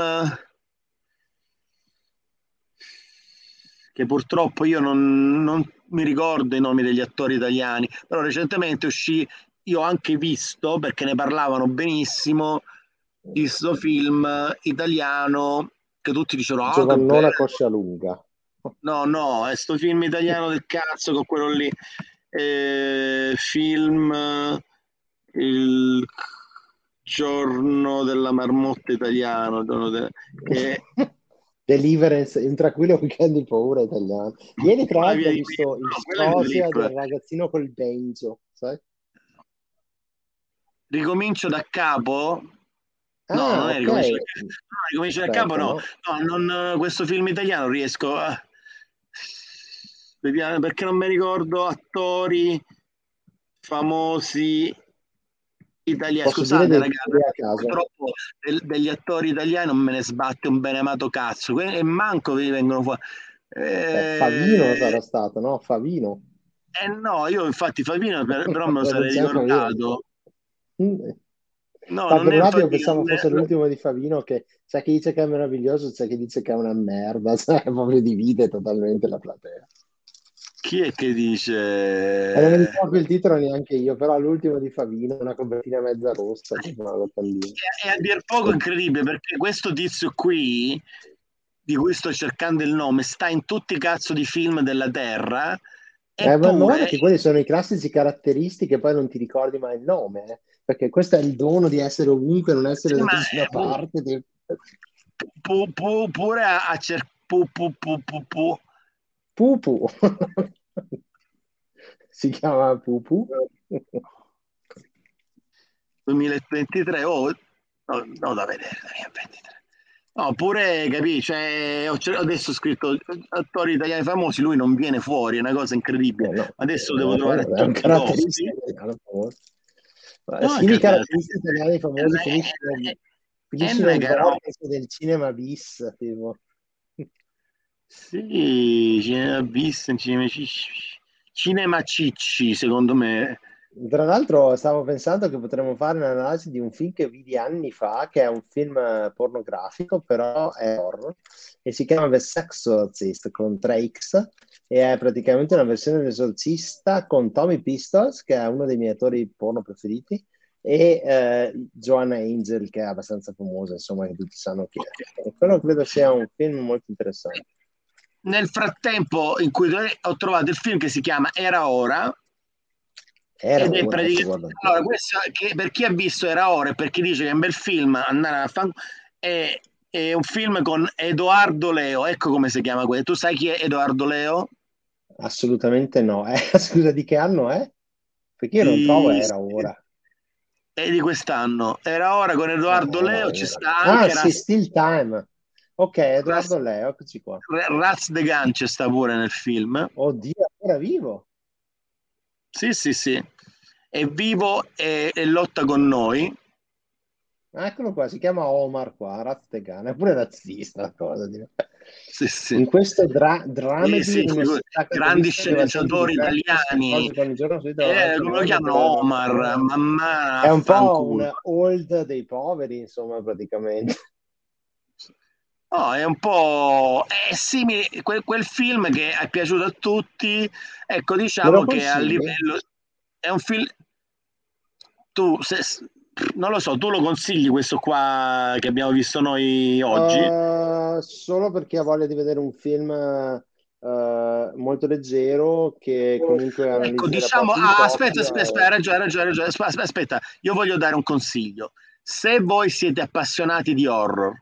che purtroppo io non, non mi ricordo i nomi degli attori italiani, però recentemente uscì, io ho anche visto, perché ne parlavano benissimo, di sto film italiano che tutti dicevano, ah, che bello. Giovannona Coscialunga. No, no, è sto film italiano del cazzo con quello lì. Eh, film eh, Il giorno della marmotta italiano, il giorno de- che Deliverance, un tranquillo weekend di paura italiano. Ieri, tra la via l'altro, ho di visto il no, quello è il sosia del trip. ragazzino col banjo, sai? Ricomincio da capo? No, non Ah, è ok. ricomincio da capo. No, ricomincio da capo Aspetta, no. no? No, non, questo film italiano riesco a... Vediamo, perché non mi ricordo attori famosi italiani. Posso dire Scusate, dei ragazzi, titoli a caso? purtroppo del- degli attori italiani non me ne sbatte un benemato cazzo. Que- E manco vi vengono fuori. Beh, Favino Eh, sarà stato, no? Favino. eh no, io infatti Favino per- però me lo sarei Produzione Favino. ricordato. Mm. No, Ma non per è un attimo Favino. pensavo non è- fosse l'ultimo di Favino, che c'è chi dice che è meraviglioso, c'è chi dice che è una merda, cioè proprio divide totalmente la platea. Chi è che E non mi dice... ricordo il titolo neanche io, però l'ultimo di Favino, una copertina mezza rossa, con una locandina. È, è a dir poco incredibile perché questo tizio qui, di cui sto cercando il nome, sta in tutti i cazzo di film della Terra, Eh, ma, ma guarda eppure... che quelli sono i classici caratteristiche, poi non ti ricordi mai il nome, eh, perché questo è il dono di essere ovunque, non essere Sì, da ma nessuna pu- parte. di- pu- pu- pure a, a cer- pu pu pu pu pu. Pupu. Si chiama Pupu. duemilaventitré, oh, no, no, da vedere, duemilaventitré. No, pure, capisci, cioè, ho cer- adesso ho scritto attori italiani famosi, lui non viene fuori, è una cosa incredibile. Eh, no, Adesso eh, devo è trovare un tutti i caratterista costi. italiano famoso. Eh, No, Scrivi che- caratteristi italiani famosi, eh, finisci eh, nel, eh, finisci eh, nel che no. vortice del cinema bis, tipo. Sì, cinema bis, cinema cicci, cinema cicci, secondo me. Tra l'altro stavo pensando che potremmo fare un'analisi di un film che vidi anni fa, che è un film eh, pornografico, però è horror, e si chiama The Sexorcist con tre X, e è praticamente una versione dell'esorcista con Tommy Pistols, che è uno dei miei attori porno preferiti, e eh, Joanna Angel, che è abbastanza famosa, insomma, che tutti sanno chi è. E quello credo sia un film molto interessante. Nel frattempo, in cui ho trovato il film che si chiama Era Ora. Era Ed è ora, praticamente, guarda. allora, questo che per chi ha visto Era Ora e per chi dice che è un bel film, andare a fan, è, è un film con Edoardo Leo, ecco come si chiama quello. Tu sai chi è Edoardo Leo? Assolutamente no. Eh, scusa, di che anno è? Perché io non trovo Di, Era ora. è di quest'anno. Era Ora con Edoardo No, Leo, no, ci no. sta Ah, anche sì, Raz, Still Time. Ok, Edoardo Raz, Leo, eccoci qua. Raz de Ganci sta pure nel film. Oddio, è ancora vivo. Sì, sì, sì. È vivo e, e lotta con noi. Ah, eccolo qua, si chiama Omar qua, Raztegan, è pure razzista la cosa. Dire. Sì, sì. In questo dra- Sì, dramedy sì, figu- università grandi cattolica che va sempre di sceneggiatori practice, italiani. cose con il giorno subito Eh, davanti come lo all'uomo che chiamano? deve Omar, mantenere. mamma È un po' fanculo. un old dei poveri, insomma, praticamente. No, è un po' è simile, quel, quel film che è piaciuto a tutti, ecco, Me lo diciamo che a consigli? livello è un film, tu se, non lo so, tu lo consigli questo qua che abbiamo visto noi oggi? Uh, solo perché ha voglia di vedere un film uh, molto leggero che comunque Ecco, analizzi i diciamo, rapporti di ah, aspetta, coppia. aspetta, aspetta, E... hai ragione, hai ragione, hai ragione. Aspetta, aspetta, io voglio dare un consiglio. Se voi siete appassionati di horror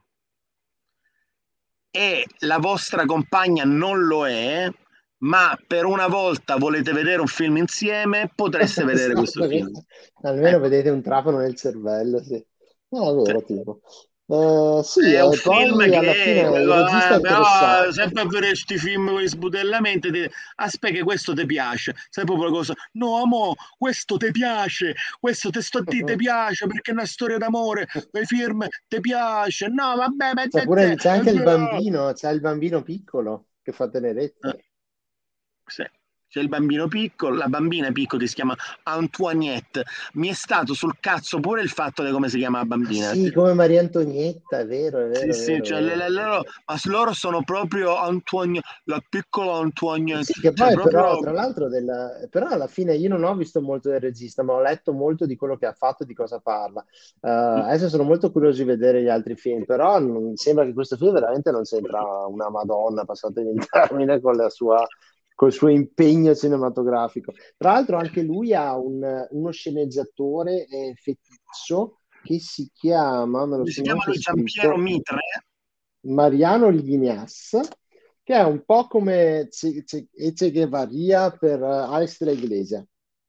e la vostra compagna non lo è, ma per una volta volete vedere un film insieme, potreste vedere questo Esatto, film. almeno Ecco. vedete un trapano nel cervello, sì. No, è vero, tipo. Eh, sì, È un e film poi alla che, fine il regista è eh, però, interessante. sempre a vedere questi film con gli sbudellamenti, ti- aspetta che questo ti piace, sai proprio cosa? No, amo, questo ti piace, questo te sto a dire ti piace perché è una storia d'amore, quei film ti piace, no, vabbè, ma C'è te, te, pure, c'è anche il eh, bambino, c'è il bambino piccolo che fa tenerezza. sì. C'è il bambino piccolo, la bambina piccola che si chiama Antoinette. Mi è stato sul cazzo pure il fatto di come si chiama la Ah, bambina. sì, come Maria Antonietta, è vero, è Sì, vero, è sì, vero, è cioè, le- vero. le- loro, ma s- loro sono proprio Antoine, la piccola Antoinette, Sì, che cioè poi però, proprio. tra l'altro, del, però alla fine io non ho visto molto del regista, ma ho letto molto di quello che ha fatto, di cosa parla. Eh, adesso sono molto curioso di vedere gli altri film, però non- sembra che questo film veramente non c'entra una Madonna, passatemi il termine, con la sua, col suo impegno cinematografico. Tra l'altro anche lui ha un- uno sceneggiatore eh, feticcio che si chiama, me lo Come si sono chiama anche lui? Giampiero scritto, Mitre? Mariano Lignas, che è un po' come Che Che- Echevarria per uh, Alex Iglesia.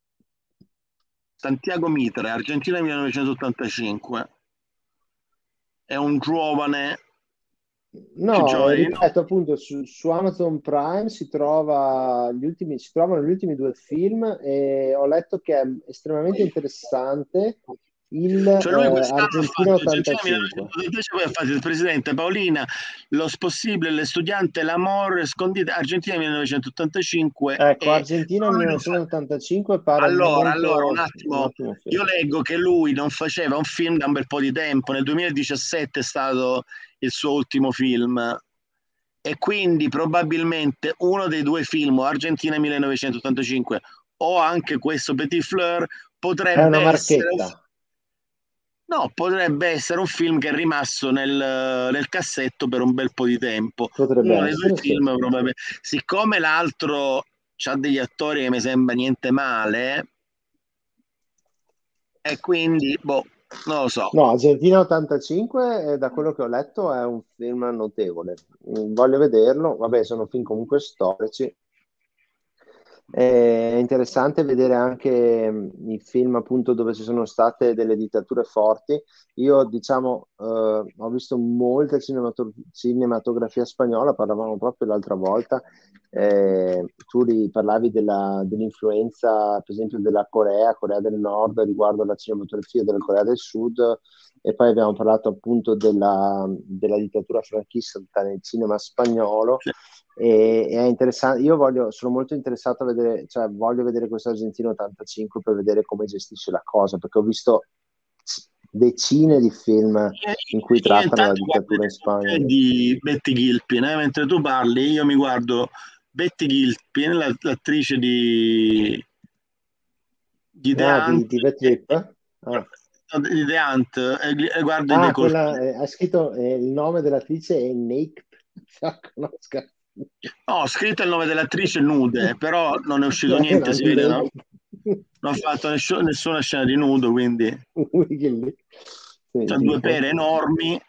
Santiago Mitre, Argentina millenovecentottantacinque. È un giovane, più No, eh, giovane di ripeto, appunto, su, su Amazon Prime si trova gli ultimi, si trovano gli ultimi due film e ho letto che è estremamente interessante il eh, Cioè lui quest'anno ha Argentina fatto Argentina ottantacinque. millenovecentottantacinque, poi ha fatto il presidente Paolina, Lo Possibile, Le Studiante, L'Amore, Scondite, Argentina millenovecentottantacinque Ecco, e Argentina lui non fa... millenovecentottantacinque pare Allora, allora, un molto un attimo, ottimo film. io leggo che lui non faceva un film da un bel po' di tempo, nel duemiladiciassette è stato il suo ultimo film e quindi probabilmente uno dei due film, o Argentina millenovecentottantacinque o anche questo Petit Fleur, È una potrebbe essere un marchetta, No, potrebbe essere un film che è rimasto nel, nel cassetto per un bel po' di tempo. potrebbe Uno dei due essere, sì. film, probabilmente. Siccome l'altro ha degli attori che mi sembra niente male, e quindi, boh, non lo so. No, Argentina ottantacinque, eh, da quello che ho letto, è un film notevole. Mm, Voglio vederlo. Vabbè, sono film comunque storici. È interessante vedere anche mm, i film appunto dove ci sono state delle dittature forti. Io, diciamo, eh, ho visto molta cinemato- cinematografia spagnola, parlavamo proprio l'altra volta. Eh, tu ri- parlavi della- dell'influenza, per esempio, della Corea, Corea del Nord riguardo alla cinematografia della Corea del Sud, e poi abbiamo parlato appunto della, della dittatura franchista nel cinema spagnolo. E, e è interessante, io voglio, sono molto interessato a vedere, cioè voglio vedere questo Argentino ottantacinque per vedere come gestisce la cosa, perché ho visto decine di film in cui Io trattano la intanto guardo dittatura in Spagna. di Betty Gilpin, eh, mentre tu parli io mi guardo Betty Gilpin, la- l'attrice di, di The Ah, di, Hunt, di Bad Trip? Ah, no, di The Hunt, e, gli- e guardo i Ah, decolleté. quella, eh, ha scritto, eh, il nome dell'attrice è Naked. La conosco. No, ho scritto il nome dell'attrice nude, però non è uscito Era niente, si vede, no? Naked. Non ho fatto nessu- nessuna scena di nudo, quindi Sì, c'ha due tipo. pere enormi.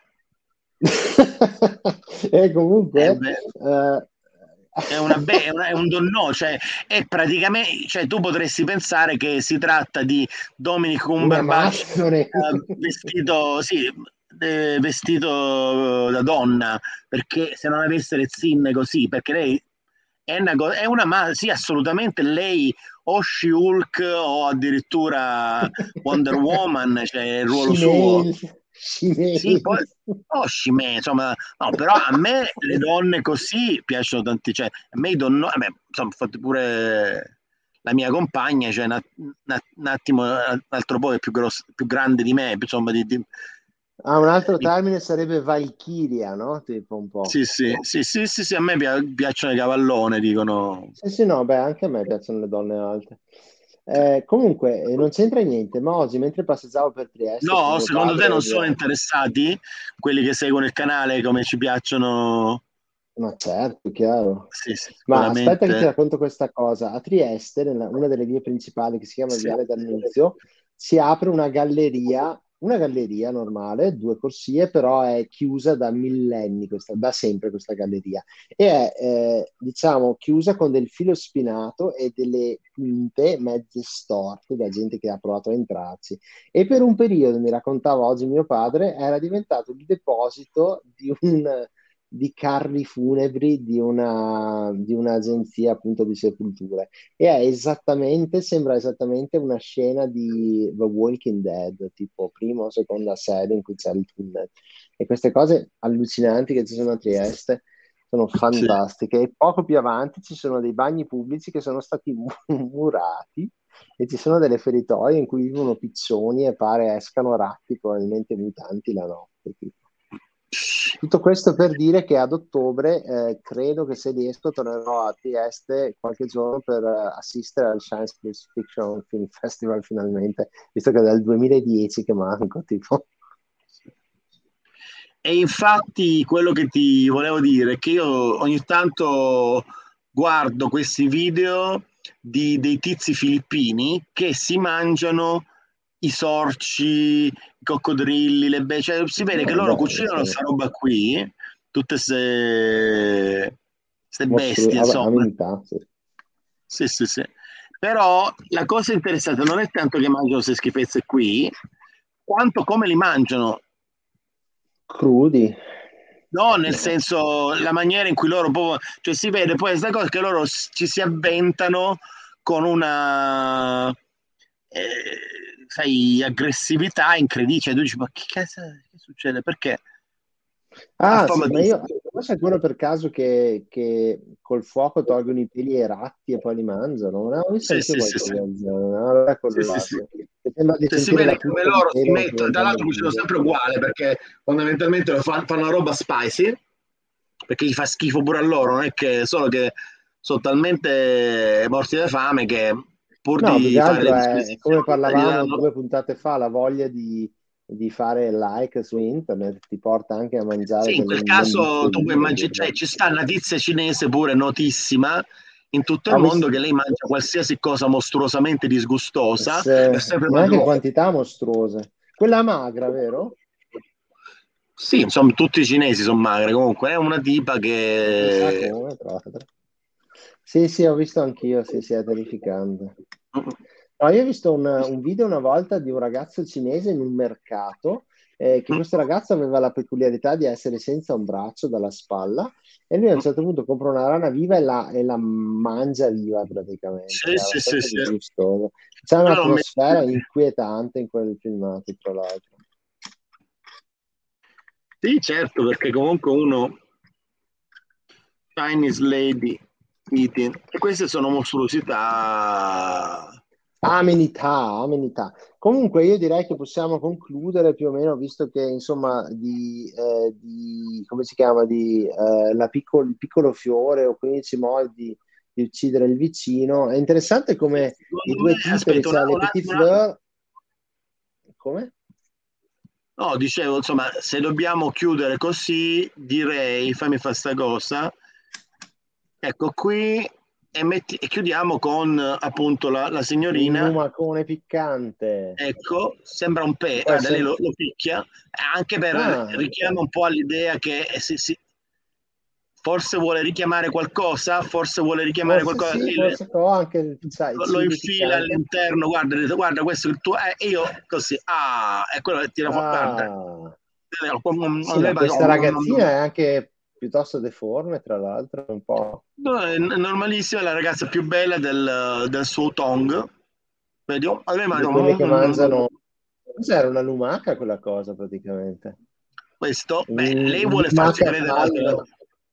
E comunque, Eh beh, eh, è, una be- è, una- è un donnò, cioè è praticamente, cioè tu potresti pensare che si tratta di Dominic una Cumberbatch maschere. eh, vestito, sì, eh, vestito eh, da donna, perché se non avesse le zinne così, perché lei è una, co- è una ma- sì, assolutamente lei o She-Hulk o addirittura Wonder Woman, cioè il ruolo suo. She-Male. She-Male. Sì, poi oh, scimè, insomma, no, però a me le donne così piacciono tanti, cioè, a me i donno, vabbè, insomma, infatti pure la mia compagna, cioè, una- una- un attimo, un altro po' è più, grosso, più grande di me, insomma, di, di- Ah, un altro di- termine sarebbe Valchiria, no? Tipo un po'. sì, sì, sì, sì, sì, sì, a me pia- piacciono i cavallone, dicono. Sì, sì, no, beh, anche a me piacciono le donne alte. Eh, comunque, eh, non c'entra niente, ma oggi mentre passeggiavo per Trieste con No, mio secondo te padre, non e sono mia- interessati quelli che seguono il canale come ci piacciono? ma certo, chiaro. Sì, sì, Ma aspetta che ti sicuramente. racconto questa cosa. A Trieste, nella- una delle vie principali che si chiama Sì. Viale D'Annunzio, si apre una galleria, una galleria normale, due corsie, però è chiusa da millenni, questa- da sempre questa galleria. E è, eh, diciamo, chiusa con del filo spinato e delle punte mezze storte da gente che ha provato a entrarci. E per un periodo, mi raccontava oggi mio padre, era diventato il deposito di un di carri funebri di una, di un'agenzia appunto di sepolture. E è esattamente, sembra esattamente una scena di The Walking Dead, tipo prima o seconda serie in cui c'è il tunnel. E queste cose allucinanti che ci sono a Trieste sono Sì. fantastiche. E poco più avanti ci sono dei bagni pubblici che sono stati mu- murati e ci sono delle feritoie in cui vivono piccioni e pare escano ratti, probabilmente mutanti la notte. Tipo. Tutto questo per dire che ad ottobre, eh, credo che se riesco, tornerò a Trieste qualche giorno per eh, assistere al Science Fiction Film Festival finalmente, visto che è dal duemiladieci che manco, tipo. E infatti quello che ti volevo dire è che io ogni tanto guardo questi video di, dei tizi filippini che si mangiano i sorci, i coccodrilli, le be- cioè, si vede che loro Vabbè, cucinano sì. sta roba qui, tutte queste Mostru- bestie, vabbè, insomma. amenità, sì. Sì, sì, sì. Però la cosa interessante non è tanto che mangiano queste schifezze qui, quanto come li mangiano. Crudi. No, nel No. senso, la maniera in cui loro proprio, cioè si vede poi questa cosa che loro s- ci si avventano con una, eh, sai, aggressività incredibile. Cioè, tu dici, ma che cazzo che succede? Perché? A Ah, forma sì, ma di... io ma c'è quello per caso che, che col fuoco tolgono i peli ai ratti e poi li mangiano. Non avevo visto Sì, anche sì, sì, qualcosa sì. del genere. No? Allora è quello Sì, sì, là, sì. sì. Che sembra di Cioè, si sentire vede la come puzza di loro si pelo che mettono, tra vanno l'altro cucinano giù. sempre uguale perché fondamentalmente lo fanno, fanno una roba spicy, perché gli fa schifo pure a loro, non è che solo che sono talmente morti da fame che pur No, più che di fare le altro è come disquisizioni gli parlavamo danno... due puntate fa, la voglia di, di fare like su internet ti porta anche a mangiare Sì, in delle quel caso tu puoi immondizie. immaginare, cioè, ci sta una tizia cinese pure notissima in tutto il Ho mondo visto, che lei mangia qualsiasi cosa mostruosamente disgustosa, è se- sempre ma anche padrona. quantità mostruose. Quella magra, vero? Sì, insomma, tutti i cinesi sono magre, comunque è una tipa Chissà che... come, tra l'altro. Sì, sì, ho visto anch'io, sì, sì, è terrificante. No, io ho visto un, un video una volta di un ragazzo cinese in un mercato, eh, che questo ragazzo aveva la peculiarità di essere senza un braccio dalla spalla e lui a un certo punto compra una rana viva e la, e la mangia viva praticamente, Sì, è sì, sì, abbastanza sì. disgustoso. C'è Quello non mi- un'atmosfera inquietante in quel filmato, tra l'altro. Sì, certo, perché comunque uno Chinese lady eating, e queste sono mostruosità. Amenità, amenità. Comunque io direi che possiamo concludere più o meno, visto che insomma di, eh, di- come si chiama, di eh, la piccol- il piccolo fiore o quindici modi di, di uccidere il vicino. È interessante come i Secondo due me, titoli, aspetta, una, cioè Le una- Petit una- Fleur, come? no, dicevo, insomma, se dobbiamo chiudere così, direi, fammi fare sta cosa, ecco qui, e, metti- e chiudiamo con appunto la, la Un signorina. lumacone piccante. Ecco, sembra un pe, Poi guarda, lei sem- lo, lo picchia, anche per ah, richiama ok. un po' all'idea che eh, sì, sì, forse vuole richiamare qualcosa, forse vuole richiamare Forse qualcosa, sì, lì le- forse ho anche il, sai, il lo chili infila piccante. all'interno, guarda, dice, guarda, questo è il tuo, eh, e io così, ah, è quello che tira fuori, guarda, Ah. a Sì, ma lei fa- questa ragazzina è anche piuttosto deforme, tra l'altro, un po'. no, è n- normalissima, è la ragazza più bella del, del suo Tong, vedi? Oh, a lei Di quelle che mangia- mangiano. Cos'era una lumaca quella cosa praticamente? questo, beh, Un, lei un vuole farci lumaca credere fallo, che...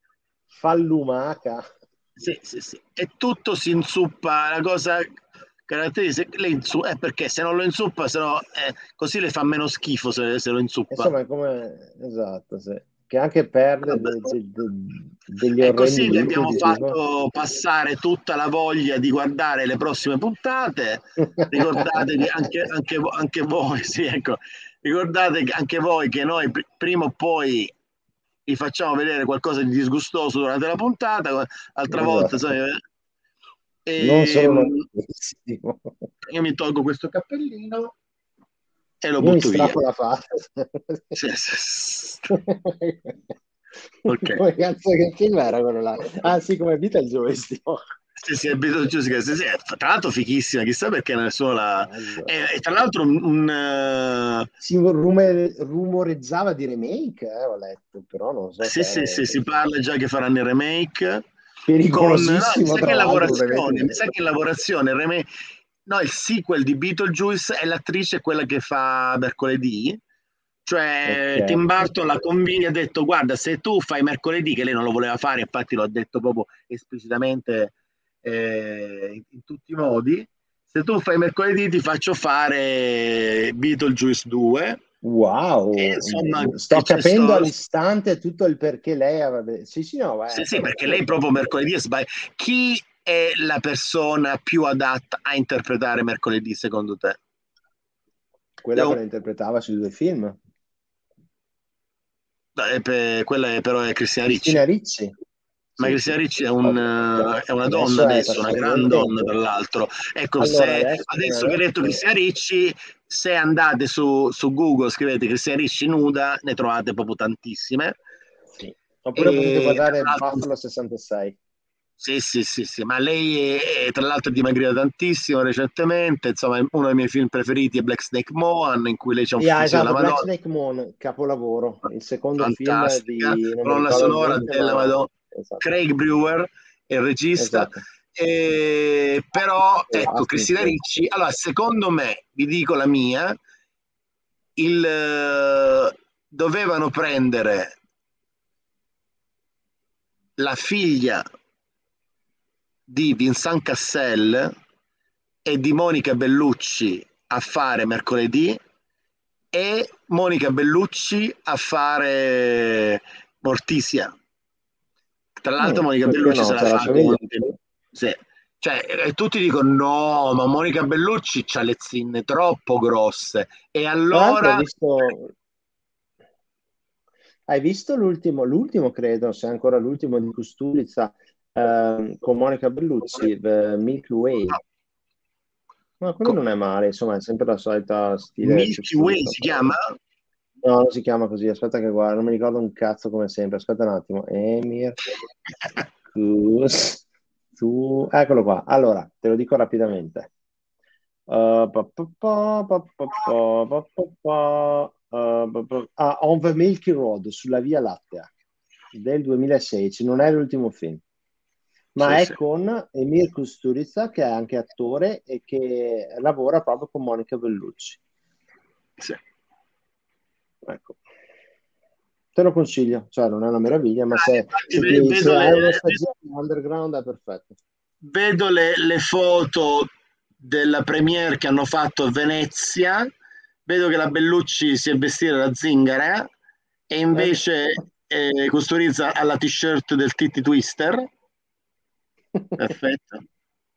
fallumaca. Sì, sì, sì. E tutto si inzuppa, la cosa caratteristica lei insu- è perché se non lo inzuppa, se no, eh, così le fa meno schifo se, se lo inzuppa. Insomma, è come. Esatto, sì. Che anche perde Vabbè. de- de- de- degli È orrendi così vi abbiamo liquidi, tipo. fatto passare tutta la voglia di guardare le prossime puntate. Ricordatevi anche, anche, vo- anche voi, sì, ecco, ricordate che anche voi che noi pr- prima o poi vi facciamo vedere qualcosa di disgustoso durante la puntata. Altra volta, sai, Esatto. eh, Non e, solo mh, normalissimo. io mi tolgo questo cappellino e lo Io mi butto via. strappo la faccia. Sì, sì, sì. Ok. Come cazzo che film era quello là? Ah sì, come Beetlejuice. tipo. Sì, sì, è Beetlejuice, sì, sì, tra l'altro fighissima, chissà perché nessuno la... E, e tra l'altro un... un, eh, Si rume- rumoreggiava di remake, eh, ho letto, però non so sì, se sì, era sì, si parla già che faranno il remake con... No, mi pericolosissimo, sa che tra in l'altro, un remake lavorazione, di mi sa che in lavorazione il remake... No, il sequel di Beetlejuice e l'attrice è quella che fa mercoledì. Cioè, Ok. Tim Burton la convince e ha detto: Guarda, se tu fai mercoledì, che lei non lo voleva fare, infatti lo ha detto proprio esplicitamente eh, in, in tutti i modi. Se tu fai mercoledì, ti faccio fare Beetlejuice due. E Wow, insomma, sto che c'è capendo sto. all'istante tutto il perché lei avrebbe. Sì, sì, no, Sì, beh, sì, sono perché lei d'accordo. proprio mercoledì è sbagliato. Chi è la persona più adatta a interpretare mercoledì, secondo te? Quella che Devo- la interpretava sui due film. eh, per- Quella è, però è Cristina Ricci. Cristina Ricci. Ma Sì, Cristina sì. Ricci è, un, eh, è una donna Adesso è adesso, una passato gran del donna tempo. tra l'altro. Ecco, Allora, se adesso, adesso che hai detto adesso Cristina Ricci, se andate su, su Google, scrivete Cristina Ricci nuda, ne trovate proprio tantissime. sì. Oppure potete E tra guardare l'altro, Buffalo sessantasei. sì, sì, sì, sì, ma lei è, è, tra l'altro è dimagrita tantissimo recentemente, insomma, uno dei miei film preferiti è Black Snake Moan, in cui lei c'ha un Sì, ah, fisico della esatto, Black Madonna, Snake Moon, capolavoro. Il secondo film fantastica, di, non mi colonna ricordo sonora niente, della ma. Madonna, Esatto, Craig Brewer è il regista. esatto. E, però Sì, ecco, Austin Cristina King. Ricci, allora secondo me, vi dico la mia, il, eh, dovevano prendere la figlia di Vincent Cassel e di Monica Bellucci a fare mercoledì e Monica Bellucci a fare Morticia. Tra l'altro Mm, Monica perché Bellucci no? se la Se la fa con... somiglia. Sì. Cioè, e tutti dicono no, ma Monica Bellucci ha le zinne troppo grosse. E Tra l'altro ho allora... visto. Hai visto l'ultimo, l'ultimo credo, se è ancora l'ultimo di Kusturica ehm, con Monica Bellucci, The Milky Way? Ma quello non è male, insomma, è sempre la solita stile Milky Way cicciotto. si chiama? No, non si chiama così, aspetta che guarda, non mi ricordo un cazzo come sempre, aspetta un attimo. Emir Kus- tu... Eccolo qua, allora, te lo dico rapidamente. Uh, pa, pa, pa, pa, pa, pa, pa, pa, pa, uh, pa, pa- ah, On the Milky Road, sulla Via Lattea, del duemilasedici, non è l'ultimo film, ma Sì, è sì, con Emir Kusturica, che è anche attore e che lavora proprio con Monica Bellucci. sì. Ecco. Te lo consiglio, cioè non è una meraviglia, ma se, Infatti, se, ve- ti, se vedo le, hai uno stagione underground è perfetto. vedo le, le foto della premiere che hanno fatto a Venezia, vedo che la Bellucci si è vestita da zingara e invece eh, Costorizza ha la t-shirt del Titty Twister. Perfetto.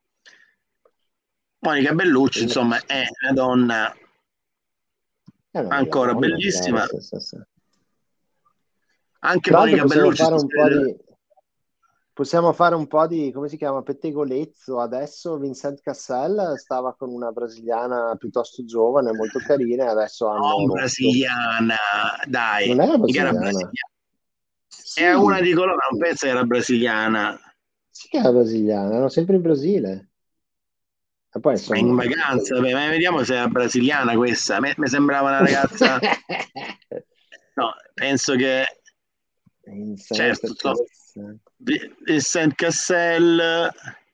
Monica Bellucci, insomma, è una donna È una bella ancora donna, bellissima. chiaro, sì, sì, sì. Anche Tra l'altro Monica possiamo Bellucci fare si un po' vede- di possiamo fare un po' di, come si chiama, pettegolezzo. Adesso Vincent Cassel stava con una brasiliana piuttosto giovane, molto carina, e adesso hanno non rotto. brasiliana, dai, Non era mica era brasiliana? brasiliana. È una Sì, di coloro, non penso che era brasiliana. sì che era brasiliana, erano sempre in Brasile. E poi Ma in insomma... vacanza, vabbè, ma vediamo se è brasiliana questa. A me mi sembrava una ragazza. No, penso che certo, Vincent so, Cassel. Vi- Vincent Cassel,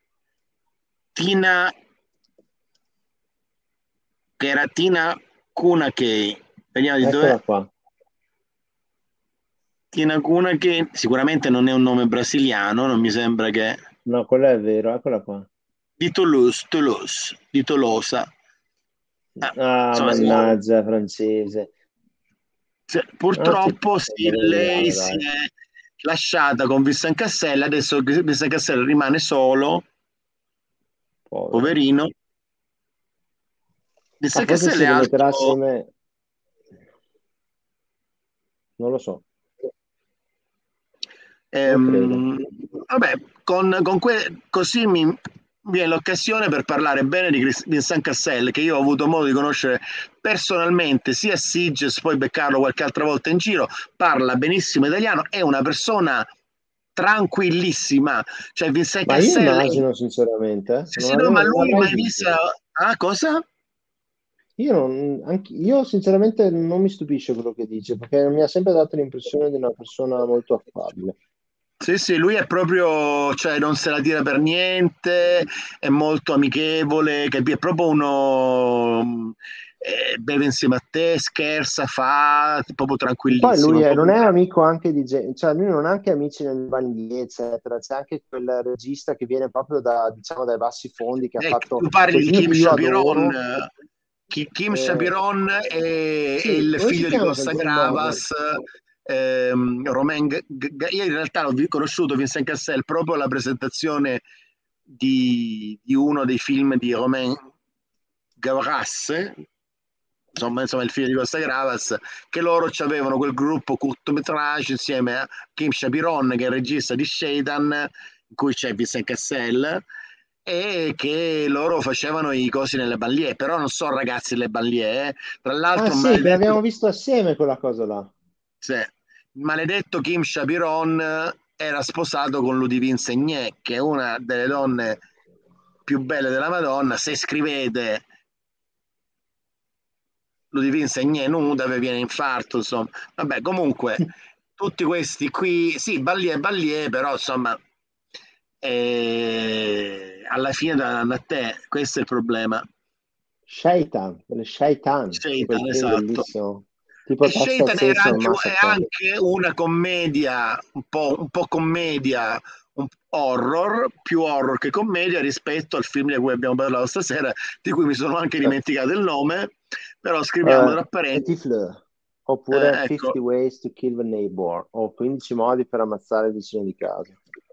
Tina, che era Tina Kunakey. Vediamo di dov'è. Eccola qua. Tina Kunakey, sicuramente non è un nome brasiliano, non mi sembra che. No, quello è vero, eccola qua. Di Toulouse, Toulouse, di Tolosa. Ah, Ah, insomma, sì, mannaggia, francese. sì, Ah, sì, purtroppo sì, lei brasiliana, si dai. è lasciata con Vincent Cassel, adesso Vincent Cassel rimane solo, Povero. poverino. Ma Vincent forse Cassel si è rimetterà alto. assieme, non lo so, non credo. Ehm, vabbè, con, con que- così mi viene l'occasione per parlare bene di Chris- Vincent Cassel, che io ho avuto modo di conoscere personalmente sia a Sitges, poi beccarlo qualche altra volta in giro. Parla benissimo italiano, è una persona tranquillissima. Cioè, Vincent Ma io Cassel, è- immagino sinceramente, eh, sì, non sì, no, ma avevo, non lui avrei mai dubbi. visto. Ah, cosa? Io, non, anche, io sinceramente non mi stupisce quello che dice, perché mi ha sempre dato l'impressione di una persona molto affabile. Sì, sì, lui è proprio, cioè non se la tira per niente, è molto amichevole, capi? È proprio uno, eh, beve insieme a te, scherza, fa, proprio E poi lui tranquillissimo. è- Proprio. non è amico anche di gente, cioè lui non ha anche amici nel banlieue, eccetera. C'è anche quel regista che viene proprio da, diciamo, dai bassi fondi, che ha Ecco, fatto tu parli quel di film che Kim io Chapiron. adoro. eh, Ki- Kim Eh, Chapiron è, è sì, il come si figlio di chiama quel Costa John Morgan? Gravas. ehm, Romain G- G- io in realtà ho vi- conosciuto Vincent Cassel proprio alla presentazione di, di uno dei film di Romain Gavras, insomma, insomma il figlio di Costa Gravas, che loro avevano quel gruppo cortometrage insieme a Kim Chapiron, che è il regista di Shaitan, in cui c'è Vincent Cassel, e che loro facevano i cosi nelle banlieue, però non sono ragazzi delle banlieue, eh. Tra Ah l'altro un sì, che l'abbiamo maledetto, visto assieme quella cosa là. sì, il maledetto Kim Chapiron era sposato con Ludivine Segné, che è una delle donne più belle della Madonna. Se scrivete Ludivine Segné nuda vi viene infarto, insomma. Vabbè, comunque, tutti questi qui, sì, Ballier, Ballier, però insomma, eh, alla fine danno a te, questo è il problema. Shaitan, quelle Shaitan, quel Shaitan, film esatto. bellissimo, tipo E Texas Shaitan era Chainsaw anche, è Massacre. anche una commedia, un po', un po' commedia, un horror, più horror che commedia rispetto al film di cui abbiamo parlato stasera, di cui mi sono anche Eh, dimenticato il nome, però scriviamo eh, tra parentesi. Petit Fleur, oppure Eh, ecco, Fifty Ways to Kill the Neighbor, o quindici modi per ammazzare il vicino di casa.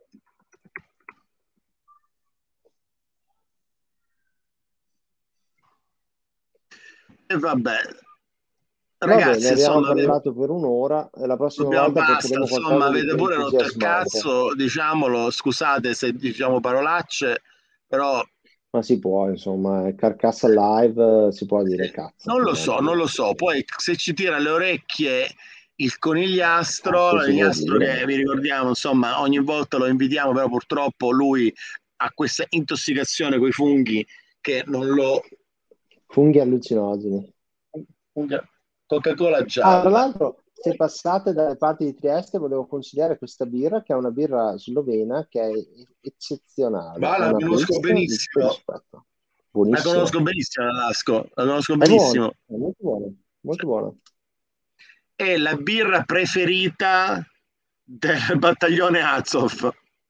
e vabbè, Va bene, ragazzi, abbiamo insomma, ve- parlato per un'ora e la prossima dobbiamo volta basta, porteremo insomma, qualcosa di avete più pure rotto il entusiasmante. cazzo, diciamolo, scusate se diciamo parolacce, però Ma si può, insomma, Carcassa Live, si può dire cazzo. Non lo so, non lo so. Poi se ci tira le orecchie il conigliastro, Cazzo, si può conigliastro dire. che vi ricordiamo, insomma, ogni volta lo invitiamo, però purtroppo lui ha questa intossicazione coi funghi che non lo... Funghi allucinogeni. Coca-Cola Ah, tra gialla. l'altro, se passate dalle parti di Trieste, volevo consigliare questa birra, che è una birra slovena che è eccezionale. Va, Ha la una conosco pezza di benissimo. rispetto. La Buonissima. conosco benissimo, la Lasco. La conosco È benissimo. buona, è molto buona, molto buona. È la birra preferita del battaglione Azov.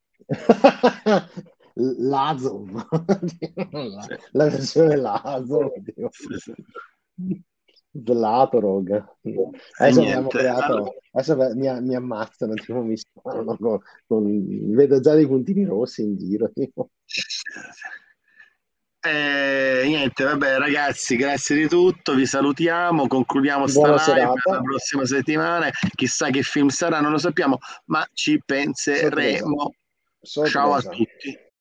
L'Azov. La, la versione l'Azov. Dio. Zlatorog. Adesso abbiamo niente. creato, adesso mi, mi ammazzano, tipo, mi sparano con, con- vedo già dei puntini rossi in giro. tipo. Eh, niente, vabbè ragazzi, grazie di tutto, vi salutiamo, concludiamo Buona sta live serata. la prossima settimana, chissà che film sarà, non lo sappiamo, ma ci penseremo. Sorpresa. Ciao a Sorpresa. tutti.